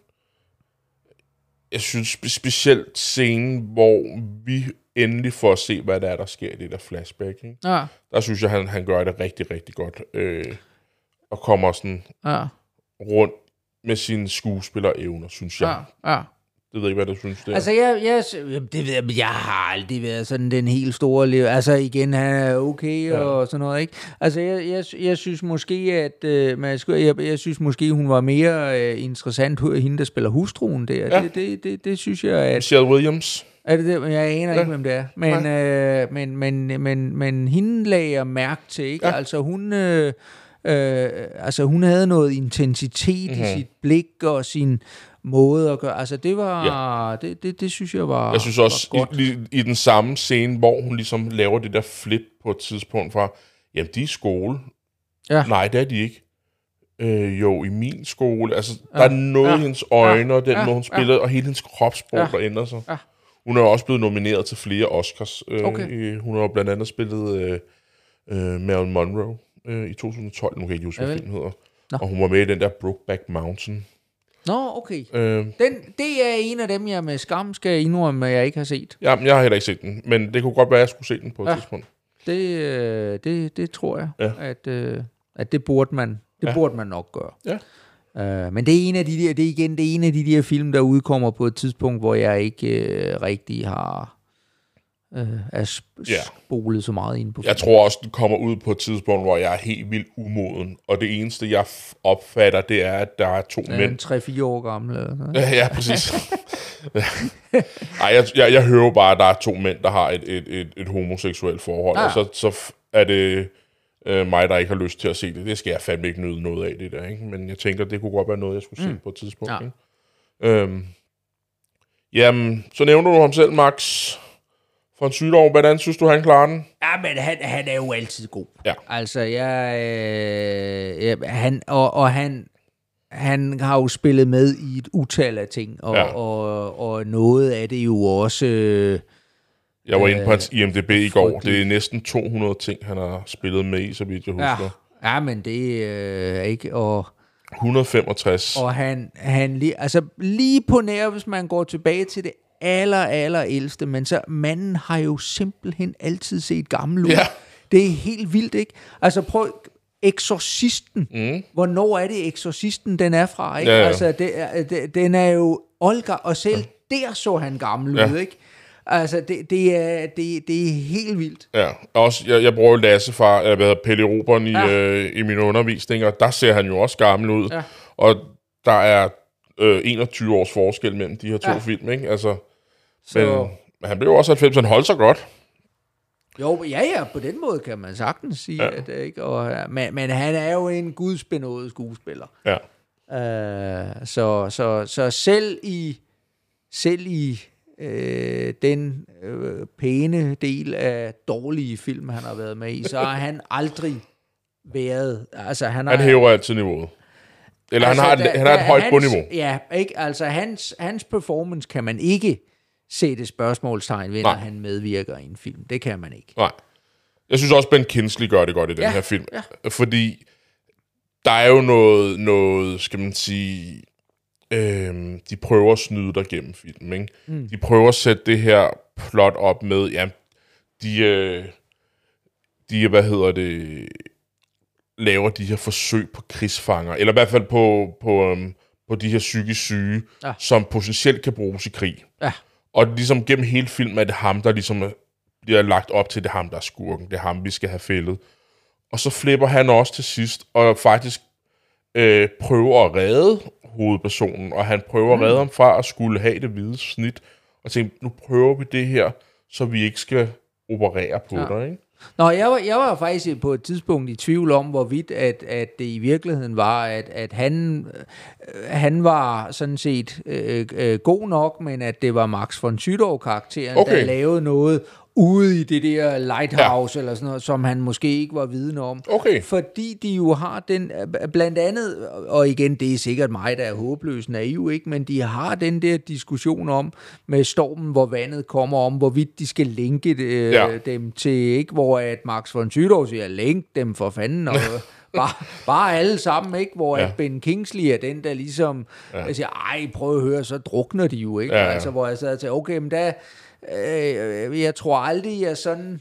Jeg synes spe- specielt scenen, hvor vi endelig får at se, hvad der er, der sker i det der flashback. Ikke? Ja, Der synes jeg, han, han gør det rigtig, rigtig godt. Øh, og kommer sådan ja, rundt med sine skuespillerevner, synes jeg. ja, ja. Det ved ikke, hvad du synes, det er. Altså, jeg, jeg, jamen, det ved jeg, men jeg har aldrig været sådan den helt store liv. Altså, igen, han er okay ja. og sådan noget, ikke? Altså, jeg, jeg, jeg synes måske, at øh, man, skulle- jeg, jeg synes måske, hun var mere øh, interessant, hende, der spiller hustruen der. Ja. Det, det, det, det synes jeg, at... Michelle Williams. Er det det? Jeg aner Ja. ikke, hvem det er. Men, øh, men, men, men, men hende lagde jeg mærke til, ikke? Ja. Altså, hun... Øh, øh, altså, hun havde noget intensitet mm-hmm. i sit blik og sin måde at gøre. Altså, det var... Ja. Det, det, det synes jeg var Jeg synes også, var godt. i, i, i den samme scene, hvor hun ligesom laver det der flip på et tidspunkt fra, jamen, de er i skole. Ja. Nej, det er de ikke. Øh, jo, i min skole. Altså, Ja. der er noget Ja. i hendes øjne, og den Ja. måde, hun spiller, og hele hendes kropssprog, Ja. der ændrer sig. Ja. Hun er jo også blevet nomineret til flere Oscars. Øh, Okay. i, hun har jo blandt andet spillet øh, øh, Marilyn Monroe øh, i to tusind og tolv. Nu kan jeg ikke huske, hvad Javel. filmen hedder. Nå. Og hun var med i den der Brokeback Mountain. Nå, okay. Øh, Den, det er en af dem, jeg med skam skal indrømme, at jeg ikke har set. ja, jeg har heller ikke set den, men det kunne godt være, at jeg skulle se den på et Ja. tidspunkt. Det, øh, det, det tror jeg, Ja. at, øh, at det burde man, det Ja. burde man nok gøre. Ja. Uh, men det er en af de der, det er igen det er en af de der film, der udkommer på et tidspunkt, hvor jeg ikke øh, rigtig har øh, er sp- Ja. spolet så meget ind på Jeg tror også, den kommer ud på et tidspunkt, hvor jeg er helt vildt umoden. Og det eneste, jeg f- opfatter, det er, at der er to Ja, mænd. tre-fire år gammel eller noget. Ja, ja, præcis. Ej, jeg, jeg, jeg hører bare, at der er to mænd, der har et, et, et, et homoseksuelt forhold. Ja. Og så, så f- er det øh, mig, der ikke har lyst til at se det. Det skal jeg fandme ikke nyde noget af, det der. Ikke? Men jeg tænker, det kunne godt være noget, jeg skulle se Mm. på et tidspunkt. Ja. Ikke? Øhm, jamen, så nævner du ham selv, Max. For en sygdom. Hvordan synes du, han klarer den? Ja, men han, han er jo altid god. Ja. Altså, jeg, øh, jeg han, og, og han, han har jo spillet med i et utal af ting, og, Ja. og, og noget af det jo også... Øh, Jeg var inde på hans I M D B i går. frygteligt. Det er næsten to hundrede ting, han har spillet med i, så vidt jeg ja, husker. ja, men det er øh, ikke... Og, et hundrede og femogtres. og han, han lige, altså lige på nær, hvis man går tilbage til det aller, aller ældste, men så manden har jo simpelthen altid set gammel ud. Ja. Det er helt vildt, ikke? Altså prøv, Exorcisten. Mm. Hvornår er det Exorcisten, den er fra, ikke? Ja, ja. Altså, det er, det, den er jo Olga, og selv ja. der så han gammel Ja. ud, ikke? Altså, det, det, er, det, det er helt vildt. Ja, også, jeg, jeg bruger jo Lasse fra, jeg ved, Pelle Roberen i, Ja. øh, i mine undervisninger. Der ser han jo også gammel ud. Ja. Og der er øh, enogtyve års forskel mellem de her to Ja. film, ikke? Altså, Så, men, men han blev jo også halvfems, han holdt sig godt. jo, ja, ja, på den måde kan man sagtens sige, Ja. ja. at, ikke? Og, men, men han er jo en gudsbenådet skuespiller. Ja. Uh, så, så, så selv i selv i øh, den øh, pæne del af dårlige film, han har været med i, så har han aldrig været... Altså, han, har, Han hæver altid niveauet. Eller altså, han har et, der, han har et højt hans, bundniveau. Ja, ikke? Altså, hans, hans performance kan man ikke sætte spørgsmålstegn ved, når han medvirker i en film. Det kan man ikke. Nej. Jeg synes også, Ben Kingsley gør det godt i den ja, her film. Ja. Fordi der er jo noget, noget skal man sige... Øhm, de prøver at snyde dig gennem filmen, ikke? Mm. De prøver at sætte det her plot op med, ja, de, øh, de, hvad hedder det, laver de her forsøg på krigsfanger, eller i hvert fald på, på, øhm, på de her psykisk syge, ja. Som potentielt kan bruges i krig. Ja. Og ligesom gennem hele filmen er det ham, der ligesom bliver lagt op til, det er ham, der er skurken, det er ham, vi skal have fældet. Og så flipper han også til sidst, og faktisk øh, prøver at redde hovedpersonen, og han prøver mm. at redde ham fra at skulle have det hvide snit, og tænke, nu prøver vi det her, så vi ikke skal operere på ja. dig, ikke? Nå, jeg var, jeg var faktisk på et tidspunkt i tvivl om, hvorvidt at, at det i virkeligheden var, at, at han, øh, han var sådan set øh, øh, god nok, men at det var Max von Sydow-karakteren, okay. der lavede noget ude i det der lighthouse, ja. Eller sådan noget, som han måske ikke var vidne om. Okay. Fordi de jo har den, blandt andet, og igen, det er sikkert mig, der er håbløs naiv, ikke? Men de har den der diskussion om, med stormen, hvor vandet kommer om, hvorvidt de skal linke det, ja. dem til, ikke? Hvor at Max von Sydow siger, link dem for fanden, og bare, bare alle sammen, ikke? Hvor ja. At Ben Kingsley er den, der ligesom ja. Siger, ej, prøv at høre, så drukner de jo, ikke? Ja, ja. Altså, hvor jeg sad og sagde, okay, men der Øh, jeg tror aldrig, jeg sådan...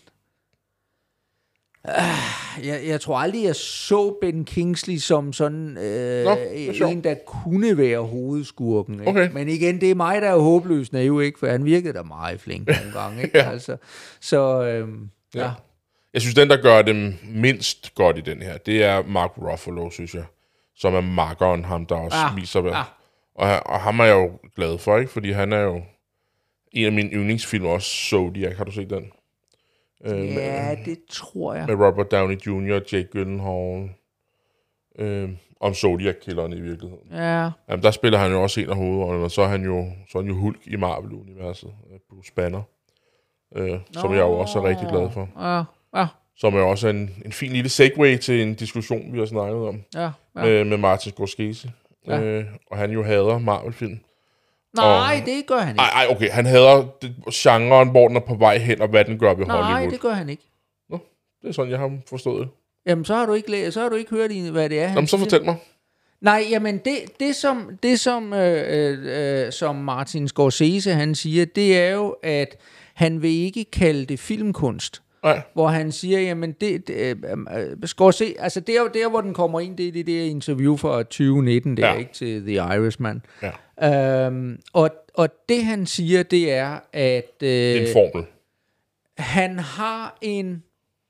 Øh, jeg, jeg tror aldrig, jeg så Ben Kingsley som sådan øh, Nå, en, der kunne være hovedskurken. Ikke? Okay. Men igen, det er mig, der er håbløs naiv, ikke? For han virkede da meget flink nogle gange. Ikke? Ja. Altså, så, øh, ja. ja. Jeg synes, den, der gør dem mindst godt i den her, det er Mark Ruffalo, synes jeg. Som er makkeren, ham der også ah, viser hvad. Ah. Og, og ham er jeg jo glad for, ikke? Fordi han er jo en af mine yndlingsfilm også, Zodiac. Har du set den? Ja, øh, med, det tror jeg. Med Robert Downey junior, Jake Gyllenhaal. Øh, om Zodiac-killeren i virkeligheden. Ja. Jamen, der spiller han jo også en af hovedrollerne, og så er han jo, så er han jo Hulk i Marvel-universet. Bruce Banner. Øh, som jeg jo også er rigtig glad for. Ja, ja. Som er også en, en fin lille segue til en diskussion, vi har snakket om. Ja, ja. Med, med Martin Scorsese. Ja. Øh, og han jo hader Marvel-film. Nej, og, det gør han ikke. Nej, okay. Han hader det, genren, hvor den er på vej hen, og hvad den gør ved nej, Hollywood. Nej, det gør han ikke. Nå, det er sådan, jeg har forstået det. Jamen, så har du ikke, læ- så har du ikke hørt, hvad det er, han Jamen, så fortæl mig. Nej, jamen, det, det, som, det som, øh, øh, som Martin Scorsese, han siger, det er jo, at han vil ikke kalde det filmkunst. Nej. Hvor han siger, jamen, det, det øh, Scorsese, altså der, der, hvor den kommer ind, det er det der interview fra tyve nitten, der, ja. Ikke, til The Irishman. Ja. Øhm, og, og det, han siger, det er, at... Øh, det er en formel. Han har en...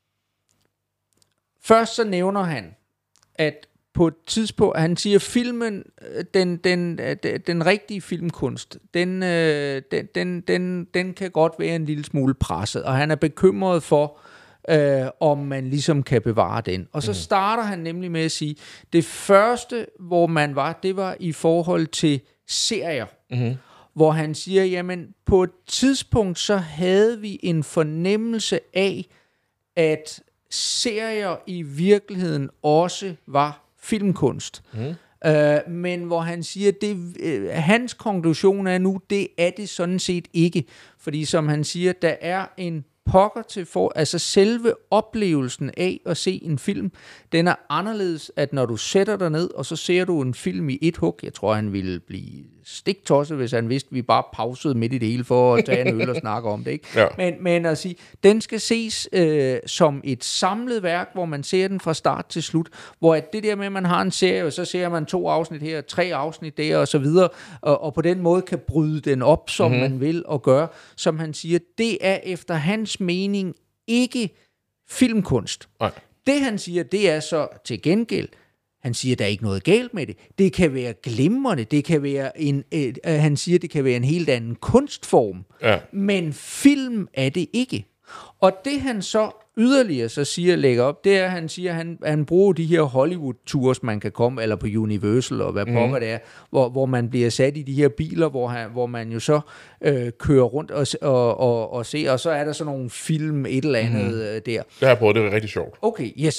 Først så nævner han, at på et tidspunkt, han siger, filmen, den, den, den, den rigtige filmkunst, den, den, den, den, den kan godt være en lille smule presset, og han er bekymret for, øh, om man ligesom kan bevare den. Og så starter han nemlig med at sige, det første, hvor man var, det var i forhold til serier, mm-hmm. hvor han siger, jamen på et tidspunkt, så havde vi en fornemmelse af, at serier i virkeligheden også var filmkunst. Mm. Øh, men hvor han siger, det, øh, hans konklusion er nu, det er det sådan set ikke. Fordi som han siger, der er en pokker til for, altså selve oplevelsen af at se en film, den er anderledes, at når du sætter dig ned, og så ser du en film i et hug, jeg tror, han ville blive stiktosset, hvis han vidste, vi bare pausede midt i det hele for at tage en øl og snakke om det, ikke? Ja. Men, men at sige, den skal ses øh, som et samlet værk, hvor man ser den fra start til slut, hvor at det der med, at man har en serie, og så ser man to afsnit her, tre afsnit der, og så videre, og, og på den måde kan bryde den op, som mm-hmm. man vil, og gøre, som han siger, det er efter hans mening ikke filmkunst. Nej. Det han siger, det er så til gengæld, han siger, der er ikke noget galt med det. Det kan være glimrende, det kan være en, øh, han siger, det kan være en helt anden kunstform, ja. Men film er det ikke. Og det han så yderligere så siger, lægger op, det er, at han siger, at han, han bruger de her Hollywood-tours, man kan komme, eller på Universal, og hvad mm. pokker det er, hvor, hvor man bliver sat i de her biler, hvor, han, hvor man jo så øh, kører rundt og, og, og, og ser, og så er der sådan nogle film, et eller andet mm. der. Det har jeg prøvet, det er rigtig sjovt. Okay, yes.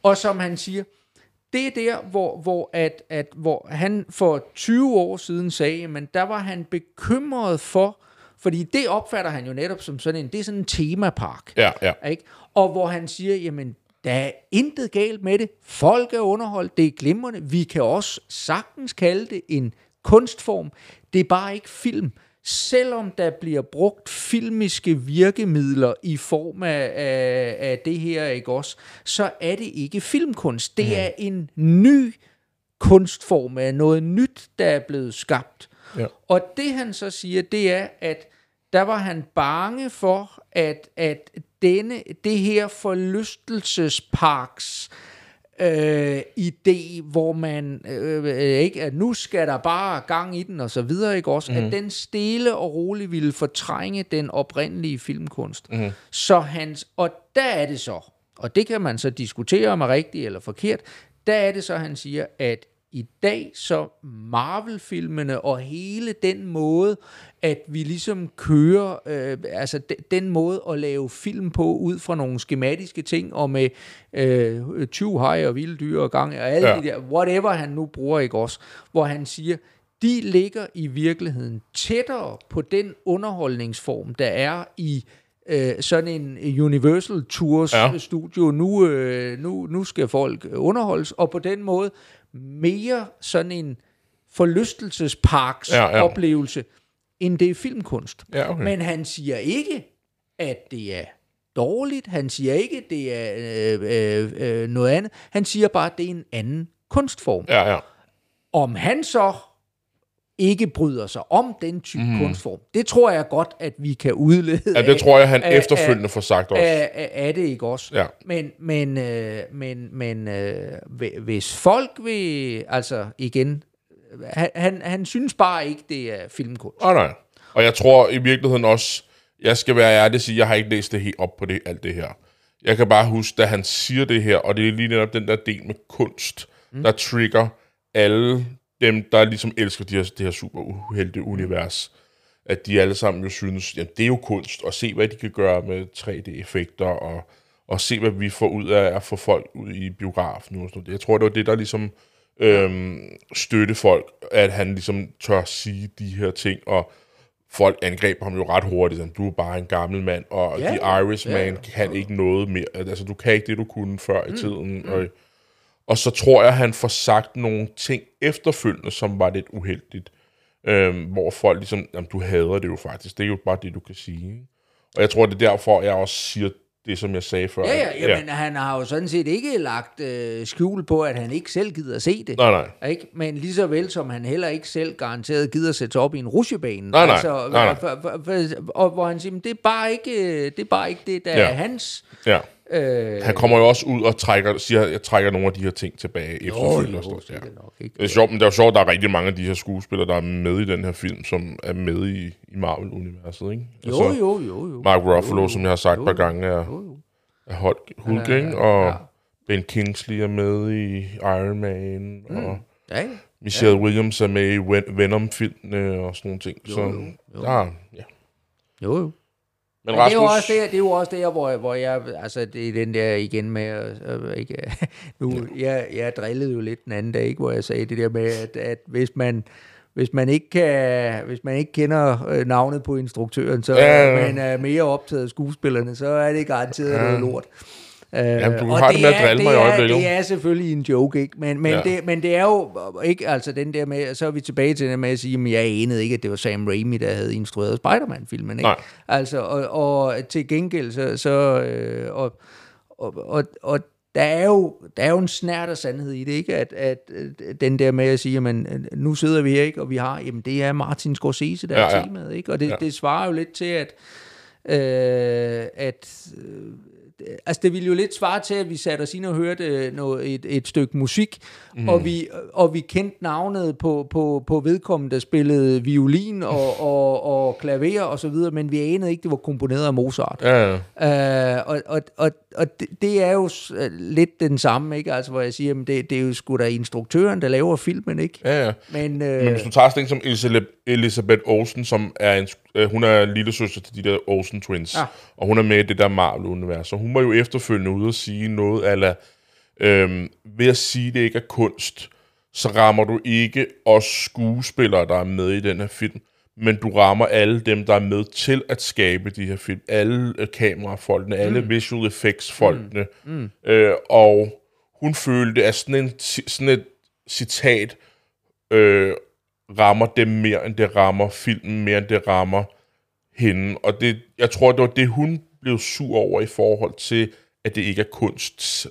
Og som han siger, det er der, hvor, hvor, at, at, hvor han for tyve år siden sagde, men der var han bekymret for, fordi det opfatter han jo netop som sådan en, det er sådan en temapark. Ja, ja. Ikke? Og hvor han siger, jamen, der er intet galt med det. Folk er underholdt, det er glimrende. Vi kan også sagtens kalde det en kunstform. Det er bare ikke film. Selvom der bliver brugt filmiske virkemidler i form af, af, af det her, ikke også, så er det ikke filmkunst. Det er en ny kunstform af noget nyt, der er blevet skabt. Ja. Og det han så siger, det er, at der var han bange for, at, at denne, det her forlystelsesparks øh, idé, hvor man øh, ikke, at nu skal der bare gang i den og så videre, ikke også, mm. at den stille og roligt ville fortrænge den oprindelige filmkunst. Mm. Så hans, og der er det så, og det kan man så diskutere om er rigtigt eller forkert, der er det så, han siger, at i dag så Marvel-filmene og hele den måde, at vi ligesom kører, øh, altså de, den måde at lave film på, ud fra nogle skematiske ting, og med øh, tyve hajer og vilde dyr og gang, og alle ja. de der, whatever han nu bruger, ikke også, hvor han siger, de ligger i virkeligheden tættere på den underholdningsform, der er i øh, sådan en Universal Tours ja. studio. Nu, øh, nu, nu skal folk underholdes, og på den måde mere sådan en forlystelsesparks ja, ja. oplevelse, end det er filmkunst. Ja, okay. Men han siger ikke, at det er dårligt. Han siger ikke, at det er øh, øh, øh, noget andet. Han siger bare, at det er en anden kunstform. Ja, ja. Om han så ikke bryder sig om den type mm. kunstform, det tror jeg godt, at vi kan udlede. Ja, det af, tror jeg, han af, efterfølgende får sagt også. Af, af, af det ikke også. Ja. Men, men, øh, men, men øh, hvis folk vil, altså igen, han, han, han synes bare ikke, det er filmkunst. Oh, nej. Og jeg tror i virkeligheden også, jeg skal være ærlig og sige, jeg har ikke læst det helt op på det, alt det her. Jeg kan bare huske, da han siger det her, og det er lige netop den der del med kunst, mm. der trigger alle dem, der ligesom elsker de her, det her super uheldige univers, at de alle sammen jo synes, jamen det er jo kunst, og se hvad de kan gøre med tre D-effekter, og, og se hvad vi får ud af at få folk ud i biografen. Og sådan noget. Jeg tror, det var det, der ligesom øhm, støtte folk, at han ligesom tør sige de her ting, og folk angreb ham jo ret hurtigt, sådan, du er bare en gammel mand, og ja, The Irishman ja. kan ikke noget mere, altså du kan ikke det, du kunne før i tiden, mm, mm. og Og så tror jeg, han får sagt nogle ting efterfølgende, som var lidt uheldigt. Øhm, hvor folk ligesom, jamen du hader det jo faktisk. Det er jo bare det, du kan sige. Ikke? Og jeg tror, det er derfor, jeg også siger det, som jeg sagde før. Ja, ja, ja. Men han har jo sådan set ikke lagt øh, skjul på, at han ikke selv gider se det. Nej, nej. Ikke? Men lige så vel som han heller ikke selv garanteret gider sætte sig op i en rutsjebane. Nej, nej. Altså, nej, nej. For, for, for, og hvor han siger, det er bare ikke det, er bare ikke det der ja. er hans. Ja. Øh, han kommer jo også ud og trækker, siger, jeg trækker nogle af de her ting tilbage efterfølgende. Jo, jo, det, er nok ikke. Det er sjovt, men det er jo sjovt, der er rigtig mange af de her skuespillere, der er med i den her film, som er med i, i Marvel-universet, ikke? Jo, altså, jo, jo, jo. Mark Ruffalo, jo, jo, som jeg har sagt et par gange, er, jo, jo. er Hulk, Hulk ja, ja, ja. og Ben Kingsley er med i Iron Man, mm. og ja, Michelle ja. Williams er med i Venom-filmene og sådan nogle ting. Jo, så, jo, jo. Der, ja. Jo, jo. Men, Men det er jo også der, det er jo også der, hvor, hvor jeg, altså det er den der igen med, øh, ikke, nu, jeg, jeg drillede jo lidt den anden dag, ikke, hvor jeg sagde det der med, at, at hvis man, hvis man ikke kan, hvis man ikke kender navnet på instruktøren, så ja, man er mere optaget af skuespillerne, så er det garanteret ja. noget lort. Jamen, du har det med at drille mig i øjeblikket. Det er selvfølgelig en joke, ikke? Men, men, ja. det, men det er jo ikke, altså den der med, så er vi tilbage til det med at sige, at jeg anede ikke, at det var Sam Raimi, der havde instrueret Spider-Man-filmen, ikke? Nej. Altså, og, og til gengæld, så, så øh, og, og, og, og der er jo, der er jo en snert af sandhed i det, ikke? At, at, at den der med at sige, jamen, nu sidder vi her, ikke? Og vi har, jamen, det er Martin Scorsese, der ja, er ja. temaet, ikke? Og det, ja. det svarer jo lidt til, at, øh, at øh, altså det ville jo lidt svare til, at vi satte os ind og hørte noget, et, et stykke musik, mm. og, vi, og vi kendte navnet på, på, på vedkommende, der spillede violin og, og, og klaver og så videre, men vi anede ikke, det var komponeret af Mozart. Ja, ja. Uh, og og, og, og det, det er jo lidt den samme, ikke? Altså, hvor jeg siger, at det, det er jo sgu da instruktøren, der laver filmen, ikke? Ja, ja. Men, uh, men hvis du tager sådan en som Elisabeth, Elisabeth Olsen, som er en, uh, hun er lille søster til de der Olsen Twins, ja. og hun er med i det der Marvel-univers, så hun var jo efterfølgende ude at sige noget ala Øhm, ved at sige, at det ikke er kunst, så rammer du ikke os skuespillere, der er med i den her film, men du rammer alle dem, der er med til at skabe de her film. Alle øh, kamerafolkene, mm. alle visual effects-folkene. Mm. Mm. Øh, og hun følte, at sådan, en, sådan et citat øh, rammer dem mere, end det rammer filmen, mere end det rammer hende. Og det, jeg tror, det var det, hun blev sur over i forhold til, at det ikke er kunst.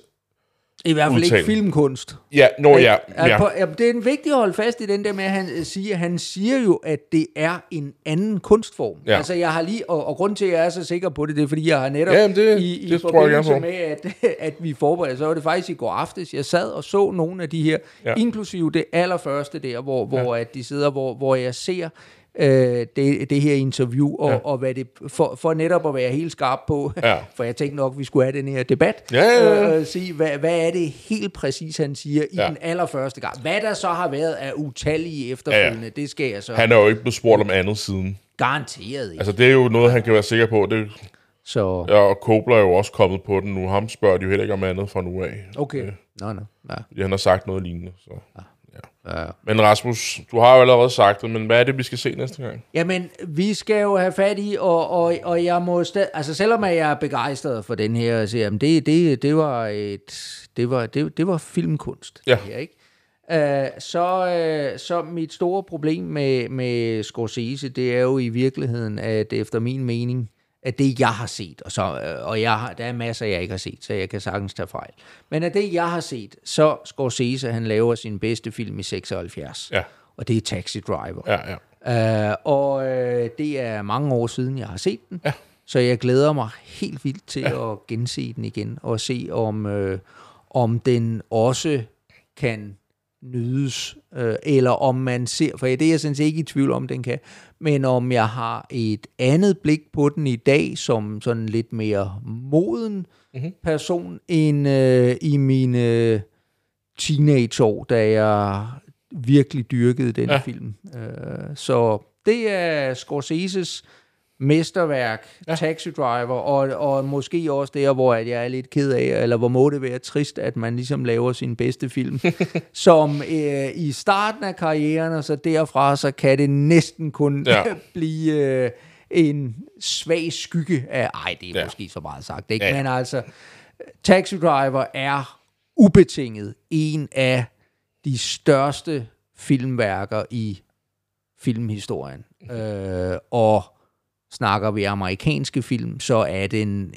I hvert fald udtale. ikke filmkunst. Ja, nå ja. ja. På, ja. Det er en vigtigt at holde fast i den der med, at han siger, han siger jo, at det er en anden kunstform. Ja. Altså jeg har lige, og, og grund til, at jeg er så sikker på det, det er, fordi jeg har netop ja, det, i, i det forbindelse med, at, at vi forbereder, så var det faktisk i går aftes, jeg sad og så nogle af de her, ja. inklusive det allerførste der, hvor, hvor ja. at de sidder, hvor, hvor jeg ser Øh, det, det her interview, og, ja. og hvad det, for, for netop at være helt skarp på, ja. for jeg tænkte nok, vi skulle have den her debat, ja, ja, ja. Øh, sige, hvad, hvad er det helt præcis, han siger i ja. den allerførste gang. Hvad der så har været af utallige efterfølgende, ja, ja. det skal jeg så... Han er jo ikke blevet spurgt om andet siden. Garanteret ikke. Altså, det er jo noget, han kan være sikker på. Det, så... ja, og Kobler er jo også kommet på den nu. Ham spørger de jo heller ikke om andet fra nu af. Okay, øh, nå, nå. Ja. Fordi han har sagt noget lignende, så... Ja. Ja. Men Rasmus, du har jo allerede sagt det, men hvad er det, vi skal se næste gang? Jamen, vi skal jo have fat i, og, og, og jeg må stadig, altså selvom jeg er begejstret for den her, så jamen, det, det, det var et, det var, det, det var filmkunst. Ja. Her, ikke? Uh, så, uh, så mit store problem med, med Scorsese, det er jo i virkeligheden, at efter min mening, at det jeg har set, og, så, og jeg har, der er masser, jeg ikke har set, så jeg kan sagtens tage fejl. Men af det, jeg har set, så Scorsese, han laver sin bedste film i seksoghalvfjerds. Ja. Og det er Taxi Driver. Ja, ja. Uh, og uh, det er mange år siden, jeg har set den. Ja. Så jeg glæder mig helt vildt til ja. at gense den igen, og se om, uh, om den også kan nydes, øh, eller om man ser, for det er jeg sådan set ikke i tvivl om, den kan, men om jeg har et andet blik på den i dag, som sådan lidt mere moden mm-hmm. person, end øh, i mine teenageår, da jeg virkelig dyrkede den ja. film. Øh, så det er Scorseses mesterværk, ja. Taxi Driver, og, og måske også der, hvor at jeg er lidt ked af, eller hvor må det være trist, at man ligesom laver sin bedste film, som øh, i starten af karrieren, og så derfra, så kan det næsten kun ja. blive øh, en svag skygge af, ej, det er ja. måske så meget sagt, ikke? Ja. Men altså, Taxi Driver er ubetinget en af de største filmværker i filmhistorien. Mm. Øh, og snakker vi amerikanske film, så er den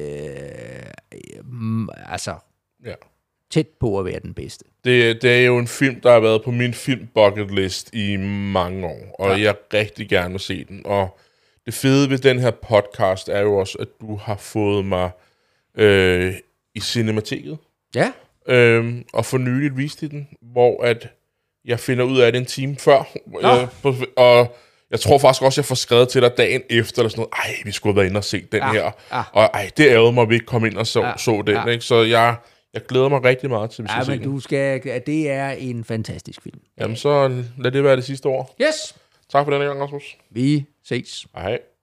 øh, øh, altså ja. tæt på at være den bedste. Det, det er jo en film, der har været på min film bucket list i mange år, og ja. jeg rigtig gerne vil se den. Og det fede ved den her podcast er jo også, at du har fået mig øh, i Cinemateket. Ja. Øh, og for nyligt viste den, hvor at jeg finder ud af det en time før. Øh, på, og jeg tror faktisk også, jeg får skrevet til dig dagen efter, eller sådan noget, ej, vi skulle have været inde og se den ja, her. Ja. Og ej, det ærede mig, at vi ikke kom ind og så, ja, så den, ja. ikke? Så jeg, jeg glæder mig rigtig meget til, at vi ja, skal men se du skal, det er en fantastisk film. Jamen, så lad det være det sidste ord. Yes! Tak for denne gang, Rasmus. Vi ses. Hej.